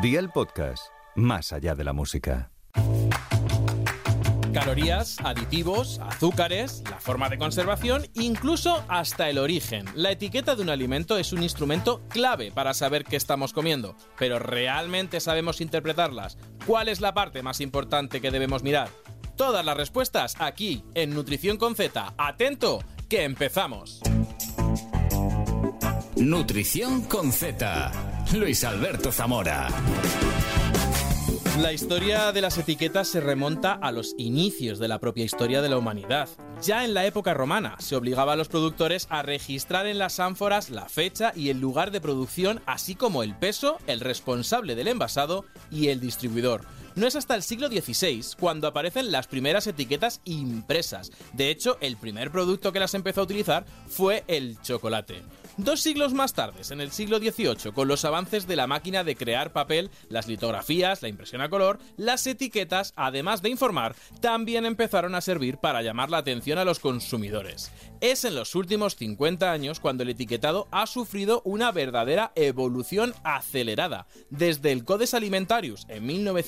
Día el podcast, más allá de la música. Calorías, aditivos, azúcares, la forma de conservación, incluso hasta el origen. La etiqueta de un alimento es un instrumento clave para saber qué estamos comiendo, pero ¿realmente sabemos interpretarlas? ¿Cuál es la parte más importante que debemos mirar? Todas las respuestas aquí, en Nutrición con Z. ¡Atento, que empezamos! Nutrición con Z. Luis Alberto Zamora. La historia de las etiquetas se remonta a los inicios de la propia historia de la humanidad. Ya en la época romana se obligaba a los productores a registrar en las ánforas la fecha y el lugar de producción, así como el peso, el responsable del envasado y el distribuidor. No es hasta el siglo XVI cuando aparecen las primeras etiquetas impresas. De hecho, el primer producto que las empezó a utilizar fue el chocolate. 2 siglos más tarde, en el siglo XVIII, con los avances de la máquina de crear papel, las litografías, la impresión a color, las etiquetas, además de informar, también empezaron a servir para llamar la atención a los consumidores. Es en los últimos 50 años cuando el etiquetado ha sufrido una verdadera evolución acelerada. Desde el Codex Alimentarius en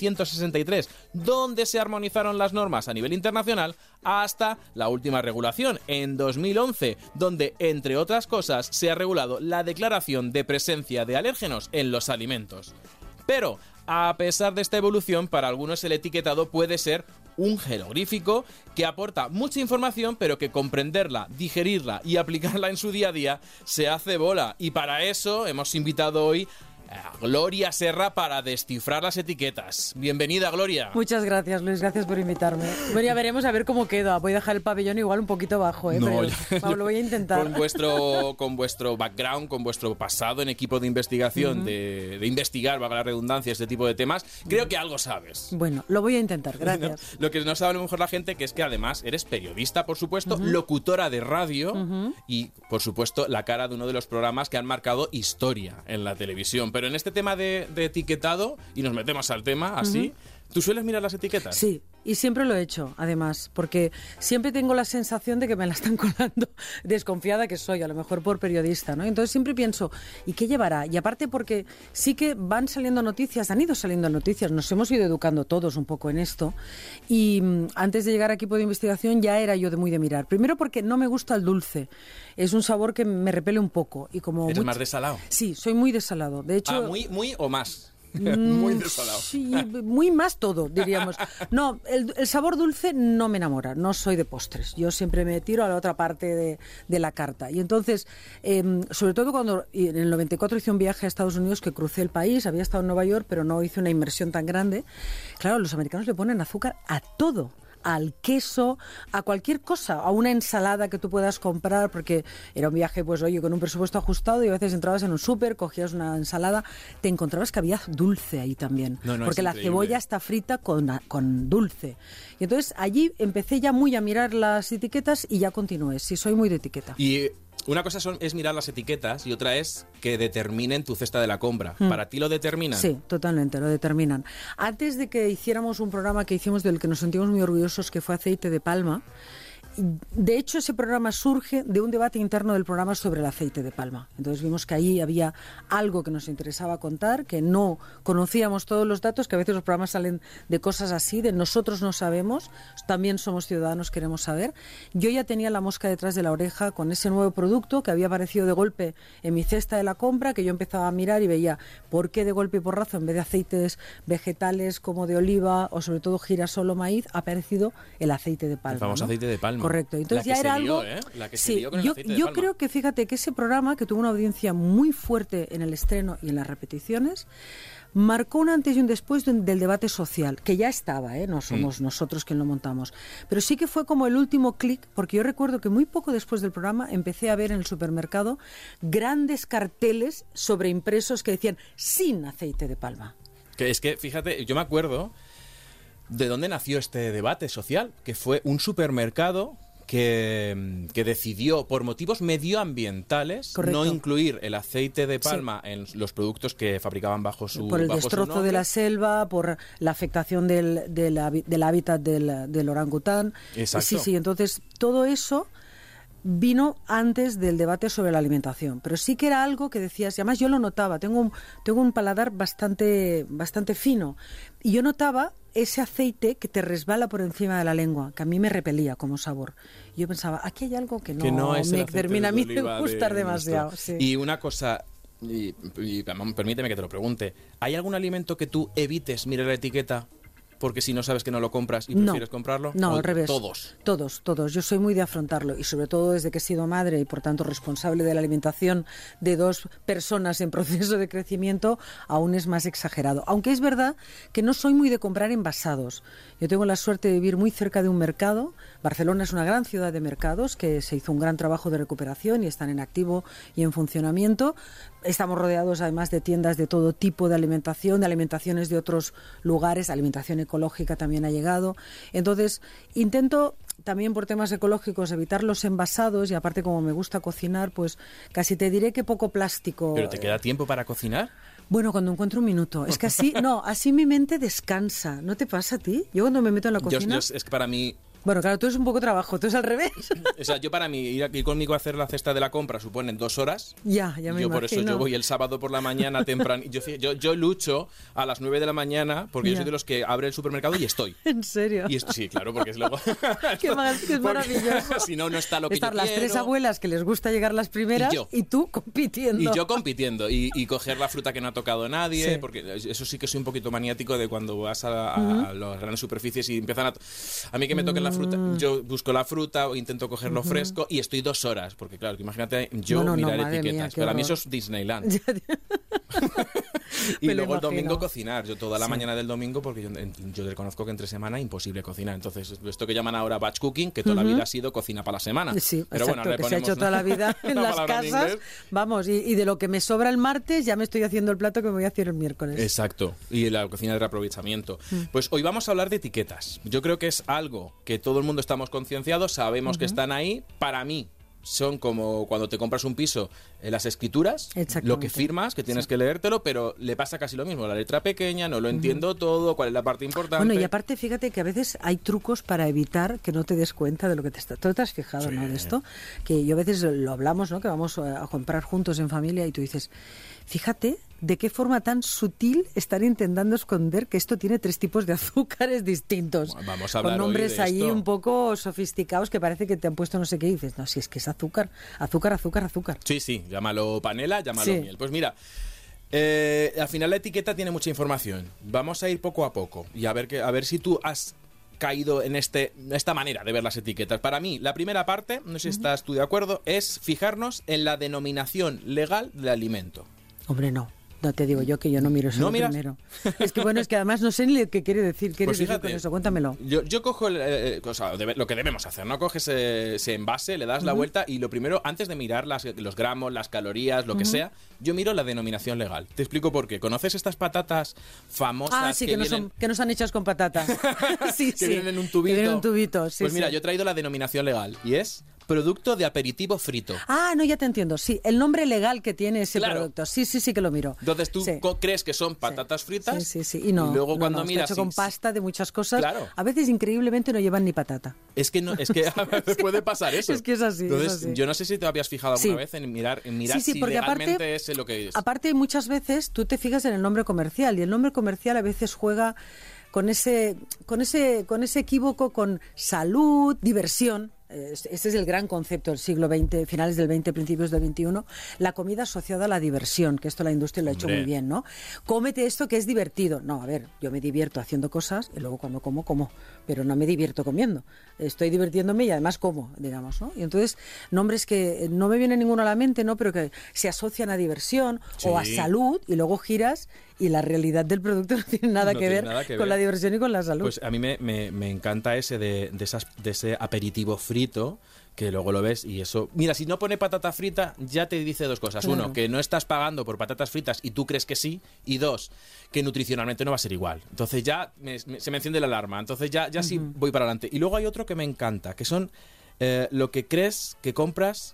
1963, donde se armonizaron las normas a nivel internacional, hasta la última regulación en 2011, donde, entre otras cosas, se ha regulado la declaración de presencia de alérgenos en los alimentos. Pero, a pesar de esta evolución, para algunos el etiquetado puede ser un jeroglífico que aporta mucha información, pero que comprenderla, digerirla y aplicarla en su día a día se hace bola. Y para eso hemos invitado hoy a Gloria Serra para descifrar las etiquetas. Bienvenida, Gloria. Muchas gracias, Luis, gracias por invitarme. Bueno, ya veremos a ver cómo queda. Voy a dejar el pabellón igual un poquito bajo, No, pero lo voy a intentar. Con vuestro background, con vuestro pasado en equipo de investigación, de investigar, valga la redundancia, este tipo de temas, creo que algo sabes. Bueno, lo voy a intentar, gracias. Bueno, lo que no sabe a lo mejor la gente, que es que además eres periodista, por supuesto, locutora de radio y, por supuesto, la cara de uno de los programas que han marcado historia en la televisión. Pero en este tema de etiquetado, y nos metemos al tema así, ¿tú sueles mirar las etiquetas? Sí, y siempre lo he hecho, además, porque siempre tengo la sensación de que me la están colando, desconfiada que soy, a lo mejor por periodista, ¿no? Entonces siempre pienso, ¿y qué llevará? Y aparte porque sí que van saliendo noticias, han ido saliendo noticias, nos hemos ido educando todos un poco en esto, y antes de llegar a equipo de investigación ya era yo muy de mirar. Primero porque no me gusta el dulce, es un sabor que me repele un poco. Y como ¿Eres más desalado? Sí, soy muy desalado. De hecho, muy o más. Muy desalado. Sí, muy más todo, diríamos. No, el sabor dulce no me enamora, no soy de postres. Yo siempre me tiro a la otra parte de la carta. Y entonces, sobre todo cuando en el 94 hice un viaje a Estados Unidos que crucé el país, había estado en Nueva York, pero no hice una inmersión tan grande. Claro, los americanos le ponen azúcar a todo. Al queso, a cualquier cosa, a una ensalada que tú puedas comprar, porque era un viaje, pues oye, con un presupuesto ajustado y a veces entrabas en un súper, cogías una ensalada, te encontrabas que había dulce ahí también, porque la cebolla está frita con dulce. Y entonces allí empecé ya muy a mirar las etiquetas y ya continué, sí, soy muy de etiqueta. Y una cosa es mirar las etiquetas y otra es que determinen tu cesta de la compra. ¿Para ti lo determinan? Sí, totalmente, lo determinan. Antes de que hiciéramos un programa que hicimos del que nos sentimos muy orgullosos, que fue aceite de palma, de hecho ese programa surge de un debate interno del programa sobre el aceite de palma. Entonces vimos que ahí había algo que nos interesaba contar, que no conocíamos todos los datos, que a veces los programas salen de cosas así, de nosotros no sabemos, también somos ciudadanos, queremos saber. Yo ya tenía la mosca detrás de la oreja con ese nuevo producto que había aparecido de golpe en mi cesta de la compra, que yo empezaba a mirar y veía por qué de golpe y porrazo, en vez de aceites vegetales como de oliva o sobre todo girasol o maíz, ha aparecido el aceite de palma. El famoso aceite de palma. Correcto. Entonces ya era algo. La que se lió con el aceite de yo palma. creo que, fíjate, que ese programa, que tuvo una audiencia muy fuerte en el estreno y en las repeticiones, marcó un antes y un después del debate social, que ya estaba, no somos nosotros quien lo montamos. Pero sí que fue como el último clic, porque yo recuerdo que muy poco después del programa empecé a ver en el supermercado grandes carteles sobreimpresos que decían sin aceite de palma. Que es que, fíjate, yo me acuerdo de dónde nació este debate social, que fue un supermercado que decidió, por motivos medioambientales, Correcto. no incluir el aceite de palma en los productos que fabricaban bajo su por el bajo su destrozo nombre. de la selva, por la afectación del hábitat del orangután. Exacto. Sí, entonces todo eso vino antes del debate sobre la alimentación, pero sí que era algo que decías, y además yo lo notaba, tengo un paladar bastante fino, y yo notaba ese aceite que te resbala por encima de la lengua, que a mí me repelía como sabor. Y yo pensaba, aquí hay algo que no es me el aceite termina a mí de oliva gustar de demasiado. nuestro. Sí. Y una cosa, y permíteme que te lo pregunte, ¿hay algún alimento que tú evites mirar la etiqueta? Porque si no sabes que no lo compras y prefieres comprarlo. No, al revés. Todos. Yo soy muy de afrontarlo y sobre todo desde que he sido madre y por tanto responsable de la alimentación de 2 personas en proceso de crecimiento, aún es más exagerado. Aunque es verdad que no soy muy de comprar envasados. Yo tengo la suerte de vivir muy cerca de un mercado. Barcelona es una gran ciudad de mercados que se hizo un gran trabajo de recuperación y están en activo y en funcionamiento. Estamos rodeados además de tiendas de todo tipo de alimentaciones de otros lugares, alimentación ecológica también ha llegado. Entonces, intento también por temas ecológicos evitar los envasados y aparte como me gusta cocinar, pues casi te diré que poco plástico. ¿Pero te queda tiempo para cocinar? Bueno, cuando encuentro un minuto. Es que así mi mente descansa. ¿No te pasa a ti? Yo cuando me meto en la cocina... Es que para mí... Bueno, claro, tú es un poco trabajo, tú es al revés. O sea, yo para mí ir conmigo a hacer la cesta de la compra suponen 2 horas. Ya me imagino. Por eso yo voy el sábado por la mañana temprano. Yo lucho a las 9 de la mañana porque yo soy de los que abre el supermercado y estoy. ¿En serio? Sí, claro, porque es luego... Qué maravilloso. Si no está lo que Estar yo las quiero. 3 abuelas que les gusta llegar las primeras y tú compitiendo. Y yo compitiendo. Y coger la fruta que no ha tocado nadie. Sí. Porque eso sí que soy un poquito maniático de cuando vas a las grandes superficies y empiezan a mí que me toquen la fruta. Yo busco la fruta o intento cogerlo fresco y estoy 2 horas. Porque claro, imagínate mirar etiquetas. Pero a mí eso es Disneyland. Y luego el domingo cocinar. Yo toda la mañana del domingo, porque yo reconozco que entre semana imposible cocinar. Entonces, esto que llaman ahora batch cooking, que toda la vida ha sido cocina para la semana. Sí, pero exacto, bueno, que se ha hecho toda la vida en las casas. Vamos, y de lo que me sobra el martes ya me estoy haciendo el plato que me voy a hacer el miércoles. Exacto, y la cocina de reaprovechamiento. Pues hoy vamos a hablar de etiquetas. Yo creo que es algo que todo el mundo estamos concienciados, sabemos que están ahí. Para mí son como cuando te compras un piso, las escrituras, lo que firmas, que tienes que leértelo, pero le pasa casi lo mismo. La letra pequeña, no lo entiendo todo, cuál es la parte importante. Bueno, y aparte, fíjate que a veces hay trucos para evitar que no te des cuenta de lo que te está... ¿Tú te has fijado, no, de esto? Que yo a veces lo hablamos, ¿no? Que vamos a comprar juntos en familia y tú dices, fíjate de qué forma tan sutil están intentando esconder que esto tiene 3 tipos de azúcares distintos. Vamos a hablar con nombres hoy de ahí esto. un poco sofisticados que parece que te han puesto no sé qué y dices, no, si es que es azúcar. Sí, llámalo panela, llámalo miel. Pues mira, al final la etiqueta tiene mucha información. Vamos a ir poco a poco y a ver si tú has caído en esta manera de ver las etiquetas. Para mí, la primera parte, no sé si estás tú de acuerdo, es fijarnos en la denominación legal del alimento. Hombre, no te digo yo que yo no miro eso primero. Es que bueno, es que además no sé ni lo que quiere decir. ¿Qué Pues decir fíjate, con eso? Cuéntamelo. Yo cojo lo que debemos hacer, ¿no? Coges ese envase, le das la vuelta y lo primero, antes de mirar los gramos, las calorías, lo que sea, yo miro la denominación legal. Te explico por qué. ¿Conoces estas patatas famosas que no son hechas con patatas? que vienen en un tubito. Que vienen en un tubito, sí. Pues mira, yo he traído la denominación legal y es producto de aperitivo frito. Ah, no, ya te entiendo. Sí, el nombre legal que tiene ese producto. Sí que lo miro. Entonces tú crees que son patatas fritas. Sí. Y no. Y luego cuando miras. Está hecho con pasta de muchas cosas. Claro. A veces increíblemente no llevan ni patata. Es que a veces puede pasar eso. Es que es así. Entonces, yo no sé si te habías fijado alguna vez en mirar si legalmente es lo que es. Aparte, muchas veces tú te fijas en el nombre comercial y el nombre comercial a veces juega con ese equívoco con salud, diversión. Este es el gran concepto del siglo XX, finales del XX, principios del XXI, la comida asociada a la diversión, que esto la industria lo ha hecho muy bien, ¿no? Cómete esto que es divertido. No, a ver, yo me divierto haciendo cosas y luego cuando como, pero no me divierto comiendo. Estoy divirtiéndome y además como, digamos, ¿no? Y entonces, nombres que no me viene ninguno a la mente, ¿no? Pero que se asocian a diversión o a salud y luego giras y la realidad del producto no tiene nada que ver con la diversión y con la salud. Pues a mí me encanta ese de ese aperitivo frito, que luego lo ves y eso... Mira, si no pone patata frita, ya te dice 2 cosas. Claro. 1, que no estás pagando por patatas fritas y tú crees que sí. Y 2, que nutricionalmente no va a ser igual. Entonces ya se me enciende la alarma. Entonces ya sí voy para adelante. Y luego hay otro que me encanta, que son lo que crees que compras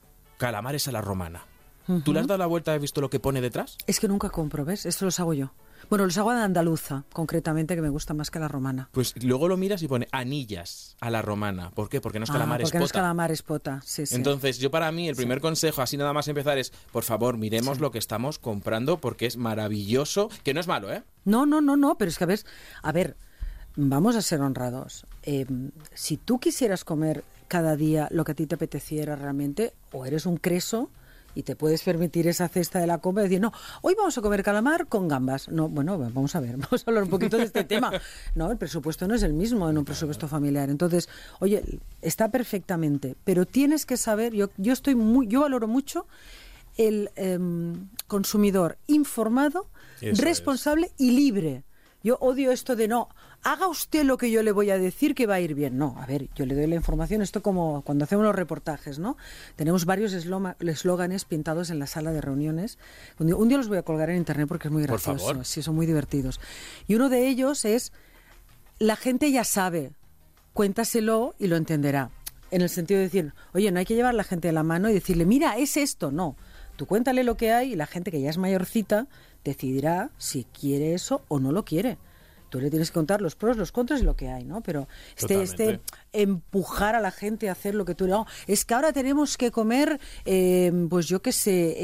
calamares a la romana. ¿Tú le has dado la vuelta y has visto lo que pone detrás? Es que nunca compro, ¿ves? Esto los hago yo. Bueno, los hago de andaluza, concretamente, que me gusta más que la romana. Pues luego lo miras y pone anillas a la romana. ¿Por qué? Porque no es calamar, porque es no es pota. calamar, es pota. Sí, sí. Entonces, yo para mí, el primer consejo, así nada más empezar, es, por favor, miremos lo que estamos comprando porque es maravilloso, que no es malo, ¿eh? No, pero es que a ver, vamos a ser honrados. Si tú quisieras comer cada día lo que a ti te apeteciera realmente, o eres un creso y te puedes permitir esa cesta de la compra y decir, no, hoy vamos a comer calamar con gambas. No, bueno, vamos a ver, vamos a hablar un poquito de este tema. No, el presupuesto no es el mismo en un presupuesto familiar. Entonces, oye, está perfectamente, pero tienes que saber, yo valoro mucho el consumidor informado, Eso responsable y libre. Yo odio esto de no, haga usted lo que yo le voy a decir que va a ir bien. No, a ver, yo le doy la información, esto como cuando hacemos los reportajes, ¿no? Tenemos varios eslóganes pintados en la sala de reuniones. Un día los voy a colgar en internet porque es muy gracioso. Por favor. Sí, son muy divertidos. Y uno de ellos es, la gente ya sabe, cuéntaselo y lo entenderá. En el sentido de decir, oye, no hay que llevar a la gente de la mano y decirle, mira, es esto. No, tú cuéntale lo que hay y la gente que ya es mayorcita decidirá si quiere eso o no lo quiere. Tú le tienes que contar los pros, los contras y lo que hay, ¿no? Pero este empujar a la gente a hacer lo que tú... No, es que ahora tenemos que comer, pues yo qué sé,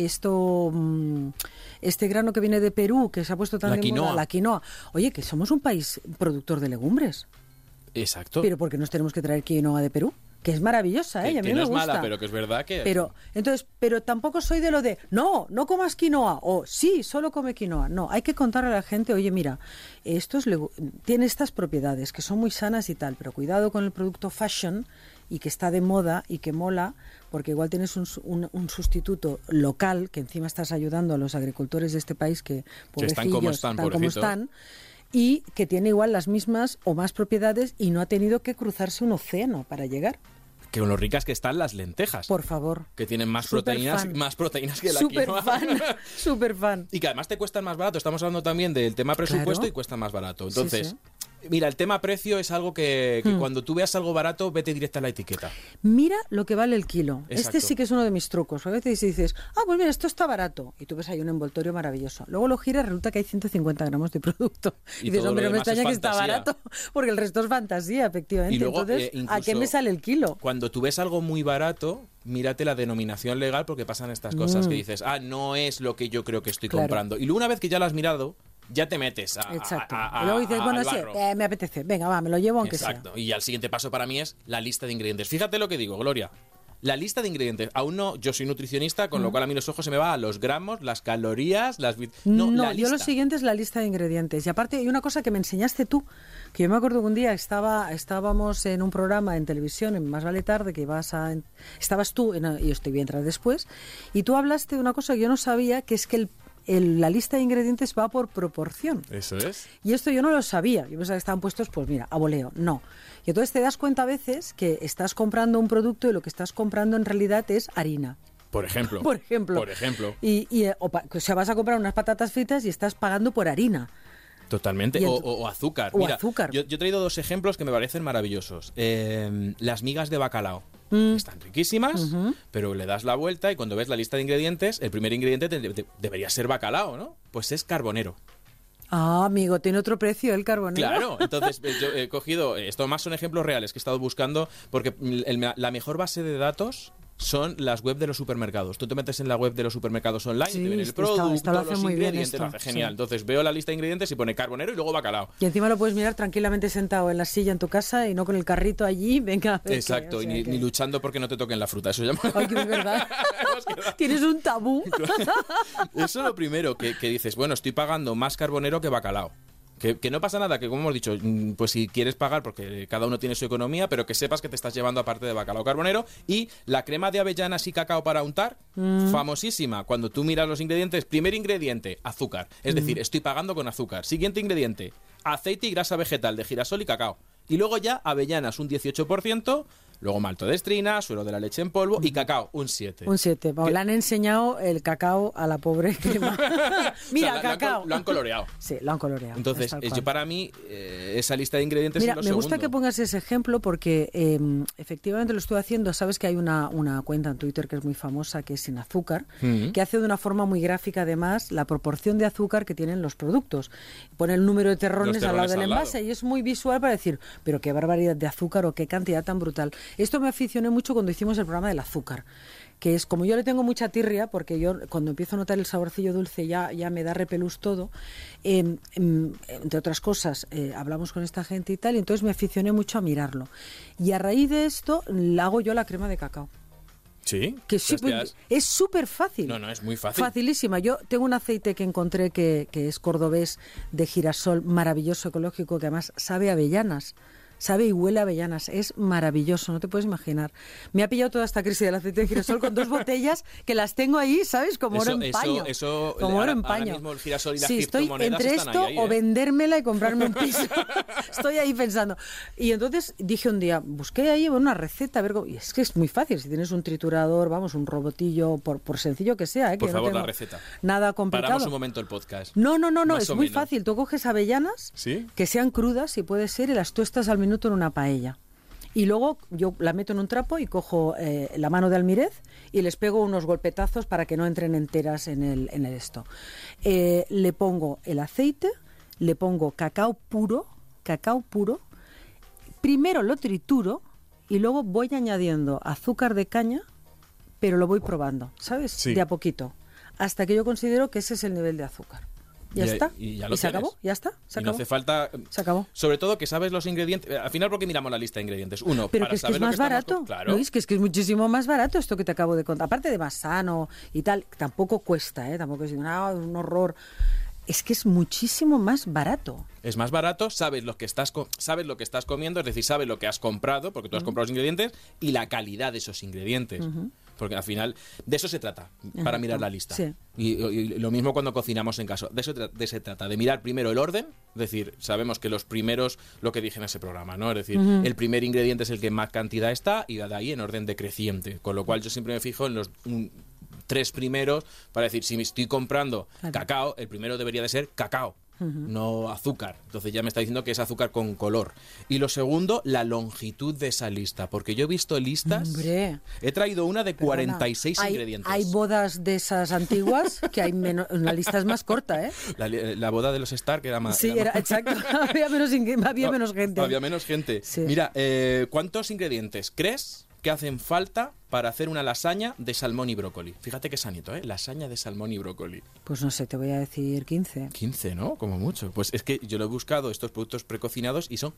este grano que viene de Perú, que se ha puesto tan de moda, la quinoa. Oye, que somos un país productor de legumbres. Exacto. Pero ¿por qué nos tenemos que traer quinoa de Perú? Que es maravillosa, y a mí me gusta. Que no es mala, pero que es verdad que... Pero tampoco soy de lo de, no comas quinoa, o sí, solo come quinoa. No, hay que contarle a la gente, oye, mira, tiene estas propiedades que son muy sanas y tal, pero cuidado con el producto fashion y que está de moda y que mola, porque igual tienes un sustituto local, que encima estás ayudando a los agricultores de este país que están como están, y que tiene igual las mismas o más propiedades y no ha tenido que cruzarse un océano para llegar. Que con lo ricas que están las lentejas. Por favor. Que tienen más proteínas que la quinoa. Súper fan. Y que además te cuestan más barato. Estamos hablando también del tema presupuesto, claro. Y cuesta más barato. Entonces, mira, el tema precio es algo que cuando tú veas algo barato, vete directa a la etiqueta. Mira lo que vale el kilo. Exacto. Este sí que es uno de mis trucos. A veces dices, pues mira, esto está barato. Y tú ves ahí un envoltorio maravilloso. Luego lo giras, resulta que hay 150 gramos de producto. Y dices, hombre, no me extraña que está barato. Porque el resto es fantasía, efectivamente. Y luego, entonces, ¿a qué me sale el kilo? Cuando tú ves algo muy barato, mírate la denominación legal porque pasan estas cosas que dices, no es lo que yo creo que estoy comprando. Y luego una vez que ya lo has mirado, ya te metes Exacto. Y luego dices, bueno, sí, me apetece, venga, va, me lo llevo aunque sea. Exacto. Y el siguiente paso para mí es la lista de ingredientes. Fíjate lo que digo, Gloria. La lista de ingredientes, aún no, yo soy nutricionista, con lo cual a mí los ojos se me va a los gramos, las calorías, la lista. Yo lo siguiente es la lista de ingredientes. Y aparte hay una cosa que me enseñaste tú, que yo me acuerdo que un día estábamos en un programa en televisión, en Más Vale Tarde, que estabas tú, y yo estoy bien tras después, y tú hablaste de una cosa que yo no sabía, que es que la lista de ingredientes va por proporción. Eso es. Y esto yo no lo sabía. Yo pensaba que estaban puestos, pues mira, a voleo. No. Y entonces te das cuenta a veces que estás comprando un producto y lo que estás comprando en realidad es harina. Por ejemplo. O sea, vas a comprar unas patatas fritas y estás pagando por harina. Totalmente. O azúcar. Mira, azúcar. Yo he traído 2 ejemplos que me parecen maravillosos. Las migas de bacalao. Están riquísimas, pero le das la vuelta y cuando ves la lista de ingredientes, el primer ingrediente debería ser bacalao, ¿no? Pues es carbonero. Amigo, tiene otro precio el carbonero. Claro, entonces yo he cogido, esto más son ejemplos reales que he estado buscando, porque la mejor base de datos son las web de los supermercados. Tú te metes en la web de los supermercados online, te viene el producto, los ingredientes, lo hace genial. Sí. Entonces veo la lista de ingredientes y pone carbonero y luego bacalao. Y encima lo puedes mirar tranquilamente sentado en la silla en tu casa y no con el carrito allí, venga. Exacto, y ni luchando porque no te toquen la fruta, eso llama. Ay, que es verdad. Tienes un tabú. Eso es lo primero, que dices, bueno, estoy pagando más carbonero que bacalao. Que no pasa nada, que como hemos dicho, pues si quieres pagar, porque cada uno tiene su economía, pero que sepas que te estás llevando aparte de bacalao carbonero. Y la crema de avellanas y cacao para untar, famosísima. Cuando tú miras los ingredientes, primer ingrediente, azúcar. Es decir, estoy pagando con azúcar. Siguiente ingrediente, aceite y grasa vegetal de girasol y cacao. Y luego ya avellanas un 18%, Luego maltodestrina, suero de la leche en polvo y cacao, un 7. Un 7. Bueno, le han enseñado el cacao a la pobre crema. Mira, o sea, cacao. Lo han coloreado. Sí, lo han coloreado. Entonces, yo para mí, esa lista de ingredientes Mira, es lo me gusta segundo. que pongas ese ejemplo porque efectivamente lo estoy haciendo. Sabes que hay una cuenta en Twitter que es muy famosa, que es Sin Azúcar, que hace de una forma muy gráfica, además, la proporción de azúcar que tienen los productos. Pone el número de terrones al lado del envase y es muy visual para decir, pero qué barbaridad de azúcar o qué cantidad tan brutal. Esto me aficioné mucho cuando hicimos el programa del azúcar, que es como yo le tengo mucha tirria, porque yo cuando empiezo a notar el saborcillo dulce ya me da repelús todo, entre otras cosas, hablamos con esta gente y tal, y entonces me aficioné mucho a mirarlo. Y a raíz de esto, hago yo la crema de cacao. ¿Sí? Que es súper fácil. No, es muy fácil. Facilísima. Yo tengo un aceite que encontré que es cordobés, de girasol, maravilloso, ecológico, que además sabe a avellanas. Sabe y huele a avellanas, es maravilloso, no te puedes imaginar. Me ha pillado toda esta crisis del aceite de girasol con 2 botellas que las tengo ahí, ¿sabes? Como oro en paño. Como oro en paño. Ahora mismo el girasol y las estoy criptomonedas entre están esto ahí, o vendérmela y comprarme un piso. Estoy ahí pensando. Y entonces dije un día, busqué ahí una receta, a ver, y es que es muy fácil. Si tienes un triturador, vamos, un robotillo, por sencillo que sea. Por que favor, no la receta. Nada complicado. Paramos un momento el podcast. No, Más es o muy menos. fácil. Tú coges avellanas, ¿Sí? que sean crudas, si puede ser, y las tuestas al minuto en una paella. Y luego yo la meto en un trapo y cojo la mano de almirez y les pego unos golpetazos para que no entren enteras en el esto. Le pongo el aceite, le pongo cacao puro. Primero lo trituro y luego voy añadiendo azúcar de caña, pero lo voy probando, ¿sabes? Sí. De a poquito, hasta que yo considero que ese es el nivel de azúcar. Ya está. Y ya lo se tienes. acabó, ya está. Se Y no acabó. hace falta... Se acabó. Sobre todo que sabes los ingredientes... Al final, ¿por qué miramos la lista de ingredientes? Uno, Pero para que es saber lo más estamos barato. Claro. ¿No? Es que es muchísimo más barato esto que te acabo de contar. Aparte de más sano y tal, tampoco cuesta, tampoco es un horror. Es que es muchísimo más barato. Es más barato, sabes lo que estás comiendo, es decir, sabes lo que has comprado, porque tú has comprado los ingredientes, y la calidad de esos ingredientes. Porque al final, de eso se trata, para mirar la lista. Sí. Y lo mismo cuando cocinamos en casa. De eso se trata, de mirar primero el orden, es decir, sabemos que los primeros, lo que dije en ese programa, ¿no? Es decir, el primer ingrediente es el que más cantidad está, y de ahí en orden decreciente. Con lo cual yo siempre me fijo en los 3 primeros, para decir, si me estoy comprando cacao, el primero debería de ser cacao. No azúcar. Entonces ya me está diciendo que es azúcar con color. Y lo segundo, la longitud de esa lista. Porque yo he visto listas. Hombre. He traído una de 46 ingredientes. Hay bodas de esas antiguas que hay menos. La lista es más corta, ¿eh? La boda de los Stark era más. Sí, exacto. Había menos gente. Había menos gente. Sí. Mira, ¿cuántos ingredientes crees que hacen falta para hacer una lasaña de salmón y brócoli? Fíjate qué sanito, ¿eh? Lasaña de salmón y brócoli. Pues no sé, te voy a decir 15. 15, ¿no? Como mucho. Pues es que yo lo he buscado, estos productos precocinados, y son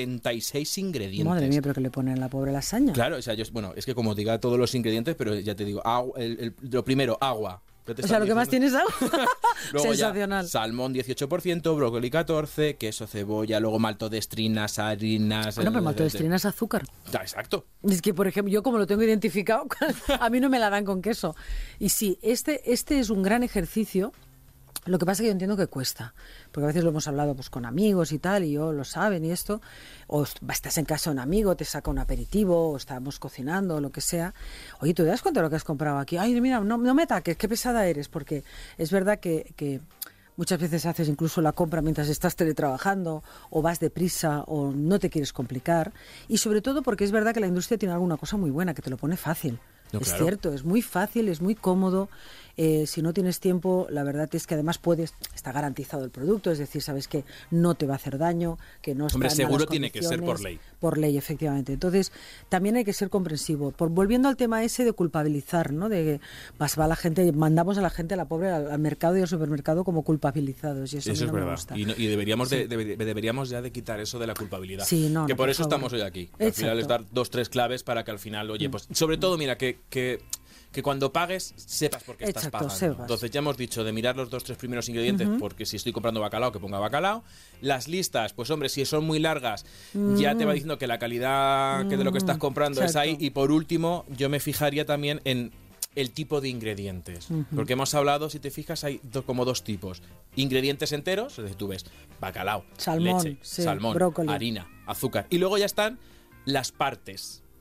46 ingredientes. Madre mía, pero que le ponen a la pobre lasaña. Claro, o sea, es que como diga todos los ingredientes, pero ya te digo, lo primero, agua. O sea, lo que más tienes es agua. Luego sensacional. Ya, salmón 18%, brócoli 14%, queso, cebolla, luego maltodestrinas, harinas... Bueno, pero maltodestrina es azúcar. Exacto. Es que, por ejemplo, yo como lo tengo identificado, a mí no me la dan con queso. Y sí, este es un gran ejercicio. Lo que pasa es que yo entiendo que cuesta, porque a veces lo hemos hablado pues con amigos y tal, y ellos lo saben y esto, o estás en casa de un amigo, te saca un aperitivo, o estamos cocinando, o lo que sea. Oye, ¿tú te das cuenta de lo que has comprado aquí? Ay, mira, no me ataques, qué pesada eres, porque es verdad que muchas veces haces incluso la compra mientras estás teletrabajando, o vas deprisa, o no te quieres complicar, y sobre todo porque es verdad que la industria tiene alguna cosa muy buena, que te lo pone fácil. No, es claro. cierto, es muy fácil, es muy cómodo. Si no tienes tiempo, la verdad es que además está garantizado el producto, es decir, sabes que no te va a hacer daño, que no está Hombre, en seguro malas tiene que ser por condiciones. ley. Por ley, efectivamente. Entonces, también hay que ser comprensivo. Volviendo al tema ese de culpabilizar, ¿no? De que va la gente, mandamos a la gente, a la pobre, al mercado y al supermercado como culpabilizados. Y eso a mí es no me verdad. gusta. Y deberíamos ya de quitar eso de la culpabilidad. Sí, no, que no, por por eso favor. estamos hoy aquí. Al Exacto. final es dar 2-3 claves para que al final, oye, pues sobre todo, mira, que cuando pagues sepas por qué estás Exacto, pagando. sepas. Entonces ya hemos dicho de mirar los 2-3 primeros ingredientes, porque si estoy comprando bacalao, que ponga bacalao. Las listas, pues hombre, si son muy largas, ya te va diciendo que la calidad que de lo que estás comprando es ahí. Exacto. Y por último, yo me fijaría también en el tipo de ingredientes. Porque hemos hablado, si te fijas, hay como 2 tipos. Ingredientes enteros, es decir, tú ves bacalao, Salmón, leche, sí, salmón, brócoli. harina, azúcar. Y luego ya están las partes.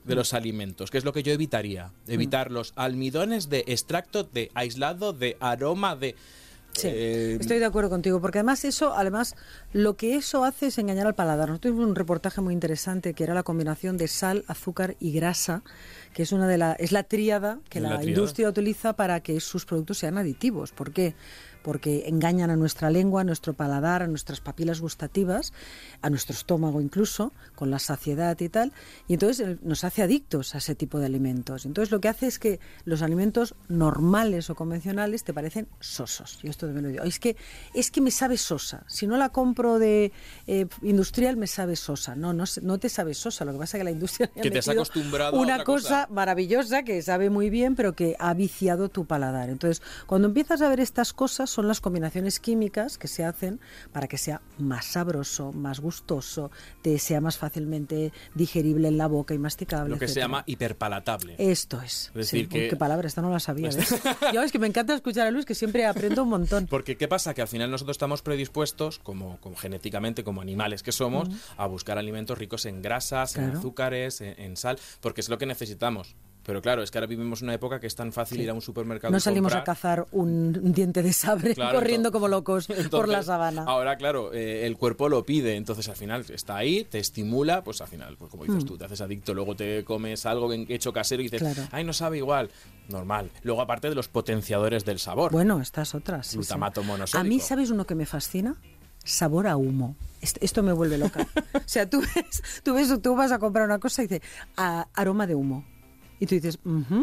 de los alimentos, que es lo que yo evitaría. Evitar los almidones de extracto, de aislado, de aroma, de... Sí, estoy de acuerdo contigo, porque además lo que eso hace es engañar al paladar. Nosotros tuvimos un reportaje muy interesante que era la combinación de sal, azúcar y grasa, que es es la tríada que la industria utiliza para que sus productos sean aditivos. ¿Por qué? Porque engañan a nuestra lengua, a nuestro paladar, a nuestras papilas gustativas, a nuestro estómago incluso, con la saciedad y tal, y entonces nos hace adictos a ese tipo de alimentos. Entonces lo que hace es que los alimentos normales o convencionales te parecen sosos. Yo esto también lo digo. Es que me sabe sosa. Si no la compro de industrial, me sabe sosa. No te sabe sosa. Lo que pasa es que la industria que te has acostumbrado a una otra cosa maravillosa que sabe muy bien, pero que ha viciado tu paladar. Entonces, cuando empiezas a ver estas cosas, son las combinaciones químicas que se hacen para que sea más sabroso, más gustoso, te sea más fácilmente digerible en la boca y masticable. Lo que etcétera. se llama hiperpalatable. Esto es. Es decir, que... Qué palabra, esta no la sabía. Yo es que me encanta escuchar a Luis, que siempre aprendo un montón. Porque ¿qué pasa? Que al final nosotros estamos predispuestos, como genéticamente, como animales que somos, a buscar alimentos ricos en grasas, en azúcares, en sal, porque es lo que necesitamos. Pero claro, es que ahora vivimos una época que es tan fácil ir a un supermercado no y salimos comprar. A cazar un diente de sabre corriendo como locos por la sabana. Ahora, claro, el cuerpo lo pide, entonces al final está ahí, te estimula, pues al final, pues como dices tú, te haces adicto, luego te comes algo hecho casero y dices, ay, no sabe igual. Normal. Luego, aparte de los potenciadores del sabor. Bueno, estas otras. Glutamato monosódico. A mí, ¿sabes uno que me fascina? Sabor a humo. Esto me vuelve loca. O sea, tú vas a comprar una cosa y dices, aroma de humo. Y tú dices,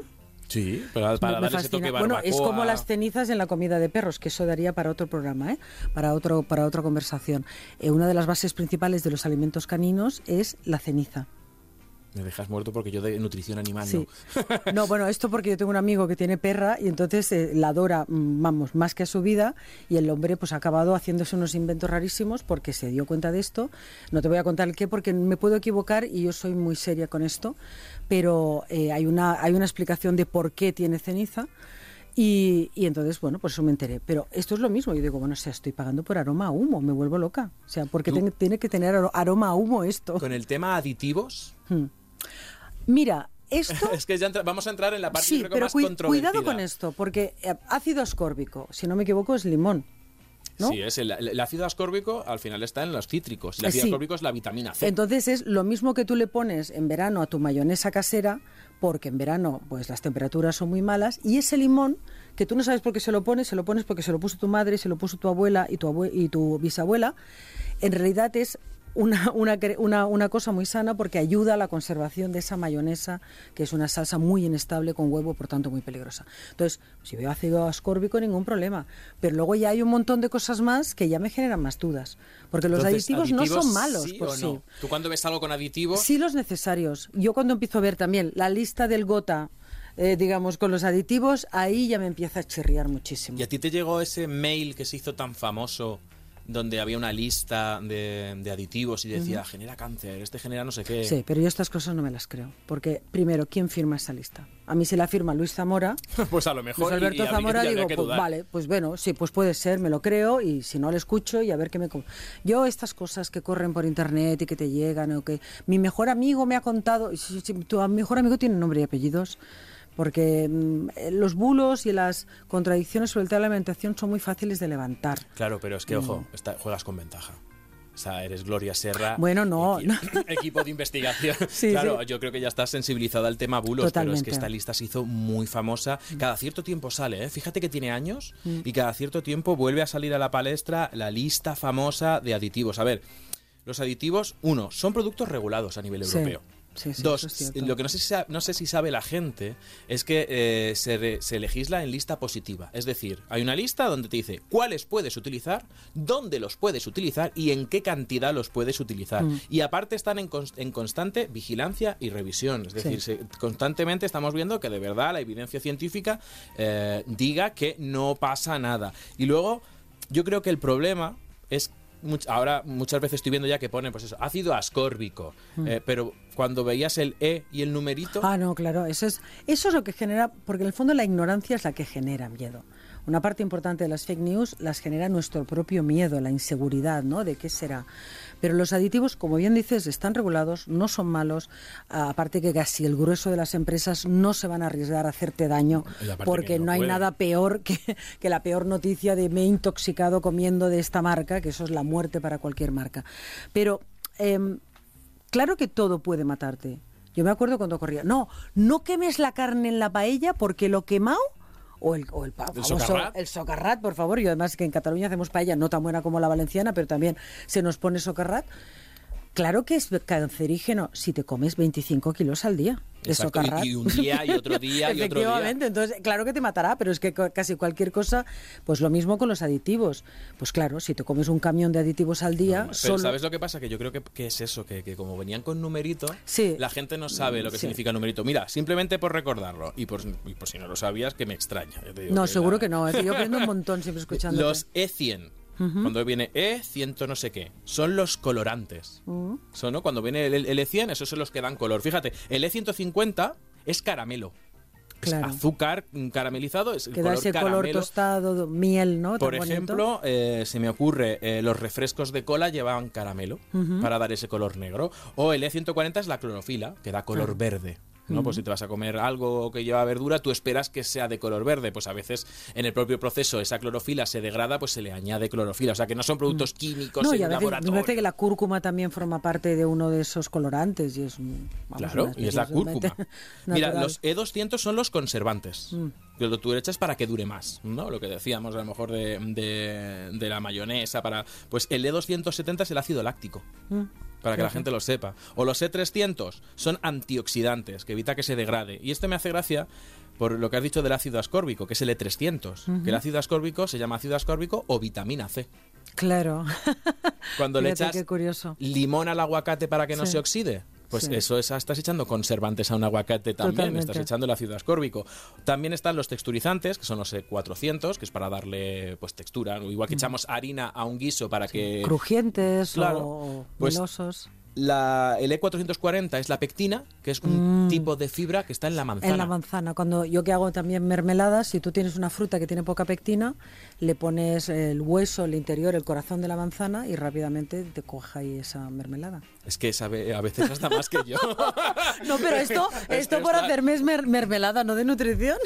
sí, para darle ese toque barbacoa. Bueno, es como las cenizas en la comida de perros, que eso daría para otro programa, para otra conversación. Una de las bases principales de los alimentos caninos es la ceniza. Me dejas muerto porque yo de nutrición animal sí. no. No, bueno, esto porque yo tengo un amigo que tiene perra y entonces la adora, vamos, más que a su vida, y el hombre pues ha acabado haciéndose unos inventos rarísimos porque se dio cuenta de esto. No te voy a contar el qué porque me puedo equivocar y yo soy muy seria con esto, pero hay una explicación de por qué tiene ceniza. Y entonces, bueno, por eso me enteré. Pero esto es lo mismo. Yo digo, bueno, o sea, estoy pagando por aroma a humo, me vuelvo loca. O sea, porque tiene que tener aroma a humo esto. Con el tema aditivos... Mira, esto... es que ya vamos a entrar en la parte sí, creo que pero más controvertida. Cuidado con esto, porque ácido ascórbico, si no me equivoco, es limón, ¿no? Sí, es el ácido ascórbico al final está en los cítricos. El ácido ascórbico es la vitamina C. Entonces es lo mismo que tú le pones en verano a tu mayonesa casera, porque en verano pues las temperaturas son muy malas, y ese limón, que tú no sabes por qué se lo pones porque se lo puso tu madre, se lo puso tu abuela y tu bisabuela, en realidad es una cosa muy sana porque ayuda a la conservación de esa mayonesa, que es una salsa muy inestable con huevo, por tanto muy peligrosa. Entonces, si veo ácido ascórbico, ningún problema. Pero luego ya hay un montón de cosas más que ya me generan más dudas. Porque los aditivos no son malos. ¿Sí por o no? ¿Tú cuando ves algo con aditivos? Sí, los necesarios. Yo cuando empiezo a ver también la lista del Gota, digamos, con los aditivos, ahí ya me empieza a chirriar muchísimo. ¿Y a ti te llegó ese mail que se hizo tan famoso donde había una lista de aditivos y decía, genera cáncer, este genera no sé qué? Sí, pero yo estas cosas no me las creo. Porque, primero, ¿quién firma esa lista? A mí si la firma Luis Zamora, pues a lo mejor Luis Alberto Zamora, digo, pues vale, pues bueno, sí, pues puede ser, me lo creo, y si no, le escucho y a ver qué me... Yo estas cosas que corren por internet y que te llegan, o que mi mejor amigo me ha contado... Tu mejor amigo tiene nombre y apellidos... Porque los bulos y las contradicciones sobre el tema de la alimentación son muy fáciles de levantar. Claro, pero es que, ojo, juegas con ventaja. O sea, eres Gloria Serra. Bueno, no. Equipo de investigación. Sí, claro, sí. Yo creo que ya estás sensibilizado al tema bulos, Totalmente. pero es que esta lista se hizo muy famosa. Cada cierto tiempo sale, ¿eh? Fíjate que tiene años y cada cierto tiempo vuelve a salir a la palestra la lista famosa de aditivos. A ver, los aditivos, uno, son productos regulados a nivel europeo. Sí, Dos, es lo que no sé si sabe la gente es que se legisla en lista positiva. Es decir, hay una lista donde te dice cuáles puedes utilizar, dónde los puedes utilizar y en qué cantidad los puedes utilizar. Y aparte están en constante vigilancia y revisión. Es decir, constantemente estamos viendo que de verdad la evidencia científica diga que no pasa nada. Y luego, yo creo que el problema es... Ahora muchas veces estoy viendo ya que pone pues eso, ácido ascórbico, pero cuando veías el E y el numerito? Ah, no, claro, eso es lo que genera, porque en el fondo la ignorancia es la que genera miedo. Una parte importante de las fake news las genera nuestro propio miedo, la inseguridad, ¿no? ¿De qué será? Pero los aditivos, como bien dices, están regulados, no son malos, aparte que casi el grueso de las empresas no se van a arriesgar a hacerte daño, porque no hay nada peor que la peor noticia de me he intoxicado comiendo de esta marca, que eso es la muerte para cualquier marca. Pero claro que todo puede matarte. Yo me acuerdo cuando corría, no quemes la carne en la paella porque lo quemado... O el socarrat, por favor. Y además que en Cataluña hacemos paella no tan buena como la valenciana, pero también se nos pone socarrat. Claro que es cancerígeno si te comes 25 kilos al día de socarrat. Y un día y otro día y otro día. Efectivamente, entonces claro que te matará, pero es que casi cualquier cosa, pues lo mismo con los aditivos. Pues claro, si te comes un camión de aditivos al día... Pero ¿sabes lo que pasa? Que yo creo que es eso, que como venían con numerito, sí, la gente no sabe lo que significa numerito. Mira, simplemente por recordarlo, y por si no lo sabías, que me extraña. No, seguro que no, yo aprendo un montón siempre escuchando. Los E100. Cuando viene E100 no sé qué, son los colorantes. Son, ¿no? Cuando viene el E100, esos son los que dan color. Fíjate, el E150 es caramelo. Claro. Es azúcar caramelizado, es el color caramelo. Color tostado, miel, ¿no? Por ejemplo, se me ocurre, los refrescos de cola llevaban caramelo para dar ese color negro. O el E140 es la clorofila, que da color verde. ¿No? Pues si te vas a comer algo que lleva verdura, tú esperas que sea de color verde. Pues a veces en el propio proceso esa clorofila se degrada, pues se le añade clorofila. O sea que no son productos químicos en un laboratorio. Me parece que la cúrcuma también forma parte de uno de esos colorantes. Y es claro, y es la cúrcuma. Mira, los E200 son los conservantes. Que tú le echas para que dure más, ¿no? Lo que decíamos a lo mejor de la mayonesa. Pues el E270 es el ácido láctico. Para que la gente lo sepa. O los E300 son antioxidantes, que evita que se degrade. Y me hace gracia por lo que has dicho del ácido ascórbico, que es el E300. Que el ácido ascórbico se llama ácido ascórbico o vitamina C. Claro. Cuando le echas limón al aguacate para que no se oxide, pues eso estás echando conservantes a un aguacate también. Totalmente. Estás echando el ácido ascórbico. También están los texturizantes, que son los E400, que es para darle pues textura. Igual que echamos harina a un guiso para que... Crujientes o melosos. El E440 es la pectina, que es un tipo de fibra que está en la manzana. En la manzana. Cuando yo que hago también mermeladas, si tú tienes una fruta que tiene poca pectina, le pones el hueso, el interior, el corazón de la manzana y rápidamente te coja ahí esa mermelada. Es que sabe a veces hasta más que yo. No, pero esto por hacerme es mermelada, no de nutrición.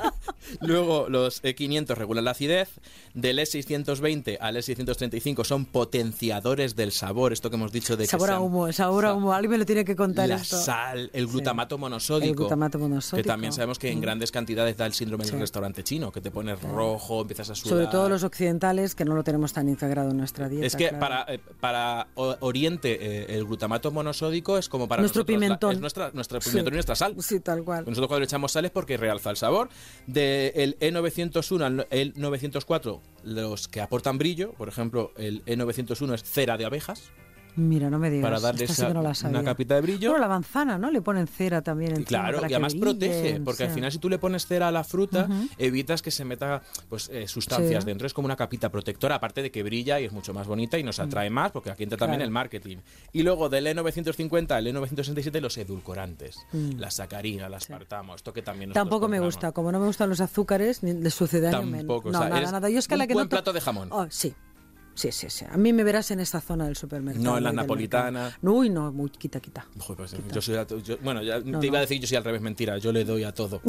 Luego los E500 regulan la acidez. Del E620 al E635 son potenciadores del sabor. Esto que hemos dicho de sabor a humo, sabor a humo. Alguien me lo tiene que contar esto. La sal, el glutamato monosódico. El glutamato monosódico. Que también sabemos que en grandes cantidades da el síndrome del restaurante chino, que te pones rojo, empiezas a sudar. Sobre todo los occidentales, que no lo tenemos tan integrado en nuestra dieta. Es que para Oriente el glutamato monosódico es como para nuestro nosotros pimentón. Es nuestro pimentón y nuestra sal. Sí, tal cual. Nosotros cuando le echamos sal es porque realza el sabor. Del E901 al E904, los que aportan brillo, por ejemplo, el E901 es cera de abejas. Mira, no me digas. Para darle una capita de brillo. Bueno, la manzana, ¿no? Le ponen cera también encima. Claro, y además protege, porque al final si tú le pones cera a la fruta, evitas que se meta pues sustancias dentro. Es como una capita protectora, aparte de que brilla y es mucho más bonita y nos atrae más, porque aquí entra también el marketing. Y luego del E950 al E967 los edulcorantes, la sacarina, el aspartamo, esto que también tampoco me gusta, como no me gustan los azúcares, ni de sucedáneo. Tampoco, no, nada. Yo es que un la que buen plato de jamón. Oh, sí. Sí. A mí me verás en esta zona del supermercado. No en las napolitanas. Uy, no, muy quita. Joder, pues, yo soy iba a decir yo soy al revés, mentira. Yo le doy a todo.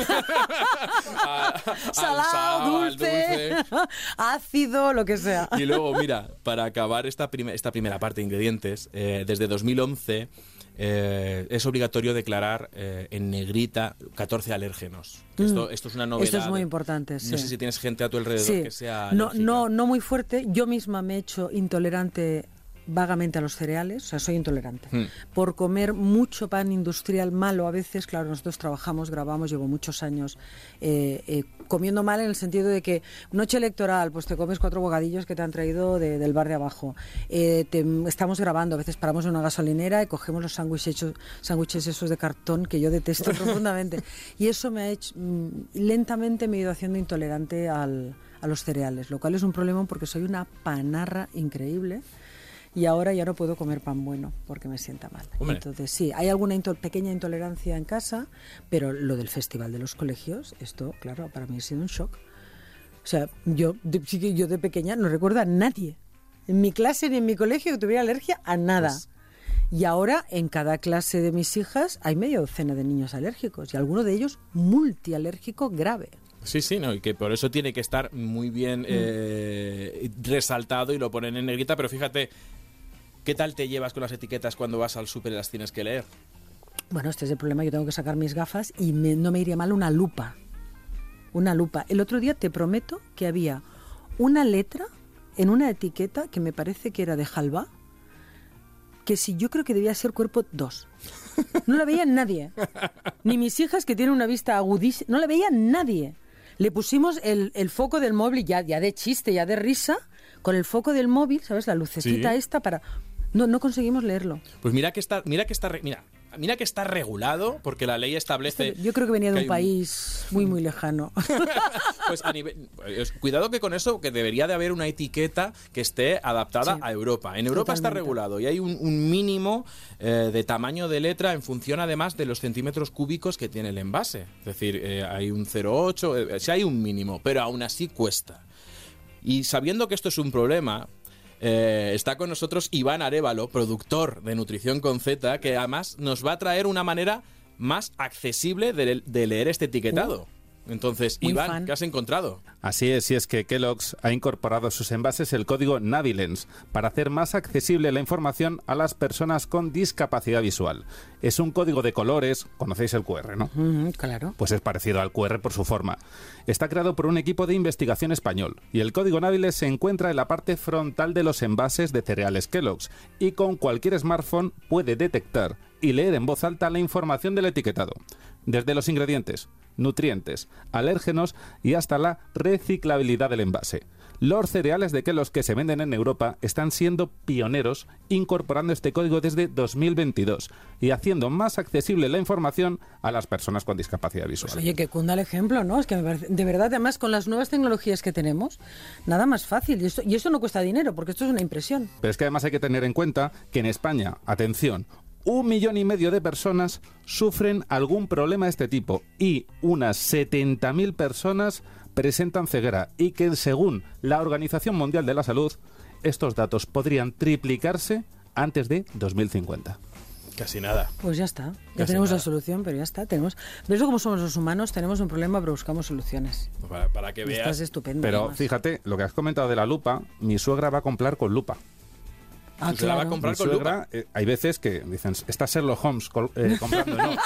Salado, dulce, ácido, lo que sea. Y luego, mira, para acabar esta primera parte de ingredientes, desde 2011 es obligatorio declarar en negrita 14 alérgenos. Esto es una novedad. Esto es muy importante, sí. No sé si tienes gente a tu alrededor que sea alérgica. No muy fuerte. Yo misma me he hecho intolerante vagamente a los cereales, o sea, soy intolerante. Por comer mucho pan industrial malo a veces, claro, nosotros trabajamos, grabamos, llevo muchos años comiendo mal en el sentido de que noche electoral, pues te comes 4 bocadillos que te han traído del bar de abajo. Estamos grabando, a veces paramos en una gasolinera y cogemos los sándwiches esos de cartón que yo detesto profundamente. Y eso me ha hecho, lentamente me he ido haciendo intolerante a los cereales, lo cual es un problema porque soy una panarra increíble. y ahora ya no puedo comer pan bueno porque me sienta mal. Hombre. Entonces sí, hay alguna pequeña intolerancia en casa, pero lo del festival de los colegios, esto, claro, para mí ha sido un shock. O sea, yo de pequeña no recuerdo a nadie en mi clase ni en mi colegio que tuviera alergia a nada. Pues, y ahora en cada clase de mis hijas hay media docena de niños alérgicos y alguno de ellos multialérgico grave. sí, no, y que por eso tiene que estar muy bien resaltado y lo ponen en negrita, pero fíjate, ¿qué tal te llevas con las etiquetas cuando vas al súper y las tienes que leer? Bueno, este es el problema, yo tengo que sacar mis gafas y no me iría mal una lupa. Una lupa. El otro día te prometo que había una letra en una etiqueta que me parece que era de halva, que sí, yo creo que debía ser cuerpo 2. No la veía nadie. Ni mis hijas, que tienen una vista agudísima, no la veía nadie. Le pusimos el foco del móvil, ya de chiste, ya de risa, con el foco del móvil, ¿sabes? La lucecita Sí. esta para... No conseguimos leerlo. Pues mira que está regulado, porque la ley establece... Yo creo que venía de que un hay país muy, muy lejano. Pues cuidado que con eso, que debería de haber una etiqueta que esté adaptada Sí. a Europa. En Europa está Totalmente. regulado y hay un mínimo de tamaño de letra en función además de los centímetros cúbicos que tiene el envase. Es decir, hay un 0,8, sí hay un mínimo, pero aún así cuesta. Y sabiendo que esto es un problema... está con nosotros Iván Arévalo, productor de Nutrición con Z, que además nos va a traer una manera más accesible de leer este etiquetado. Entonces, Muy Iván, fan. ¿qué has encontrado? Así es, y es que Kellogg's ha incorporado a sus envases el código Navilens para hacer más accesible la información a las personas con discapacidad visual. Es un código de colores, conocéis el QR, ¿no? Claro. Pues es parecido al QR por su forma. Está creado por un equipo de investigación español y el código Navilens se encuentra en la parte frontal de los envases de cereales Kellogg's y con cualquier smartphone puede detectar y leer en voz alta la información del etiquetado, desde los ingredientes, nutrientes, alérgenos y hasta la reciclabilidad del envase. Los cereales de Kellogg's que se venden en Europa están siendo pioneros incorporando este código desde 2022 y haciendo más accesible la información a las personas con discapacidad visual. Pues oye, que cunda el ejemplo, ¿no? Es que me parece, de verdad, además, con las nuevas tecnologías que tenemos, nada más fácil. Y esto no cuesta dinero, porque esto es una impresión. Pero es que además hay que tener en cuenta que en España, atención, 1,5 millones de personas sufren algún problema de este tipo y unas 70.000 personas presentan ceguera y que según la Organización Mundial de la Salud, estos datos podrían triplicarse antes de 2050. Casi nada. Pues ya está. Ya Casi tenemos nada. la solución, pero ya está. ¿Ves cómo somos los humanos? Tenemos un problema, pero buscamos soluciones. Para que Estás veas. estupendo. Pero además. fíjate, lo que has comentado de la lupa, mi suegra va a comprar con lupa. Ah, se la va a claro. comprar Mi con suegra, hay veces que dicen, está Sherlock Holmes comprando. No,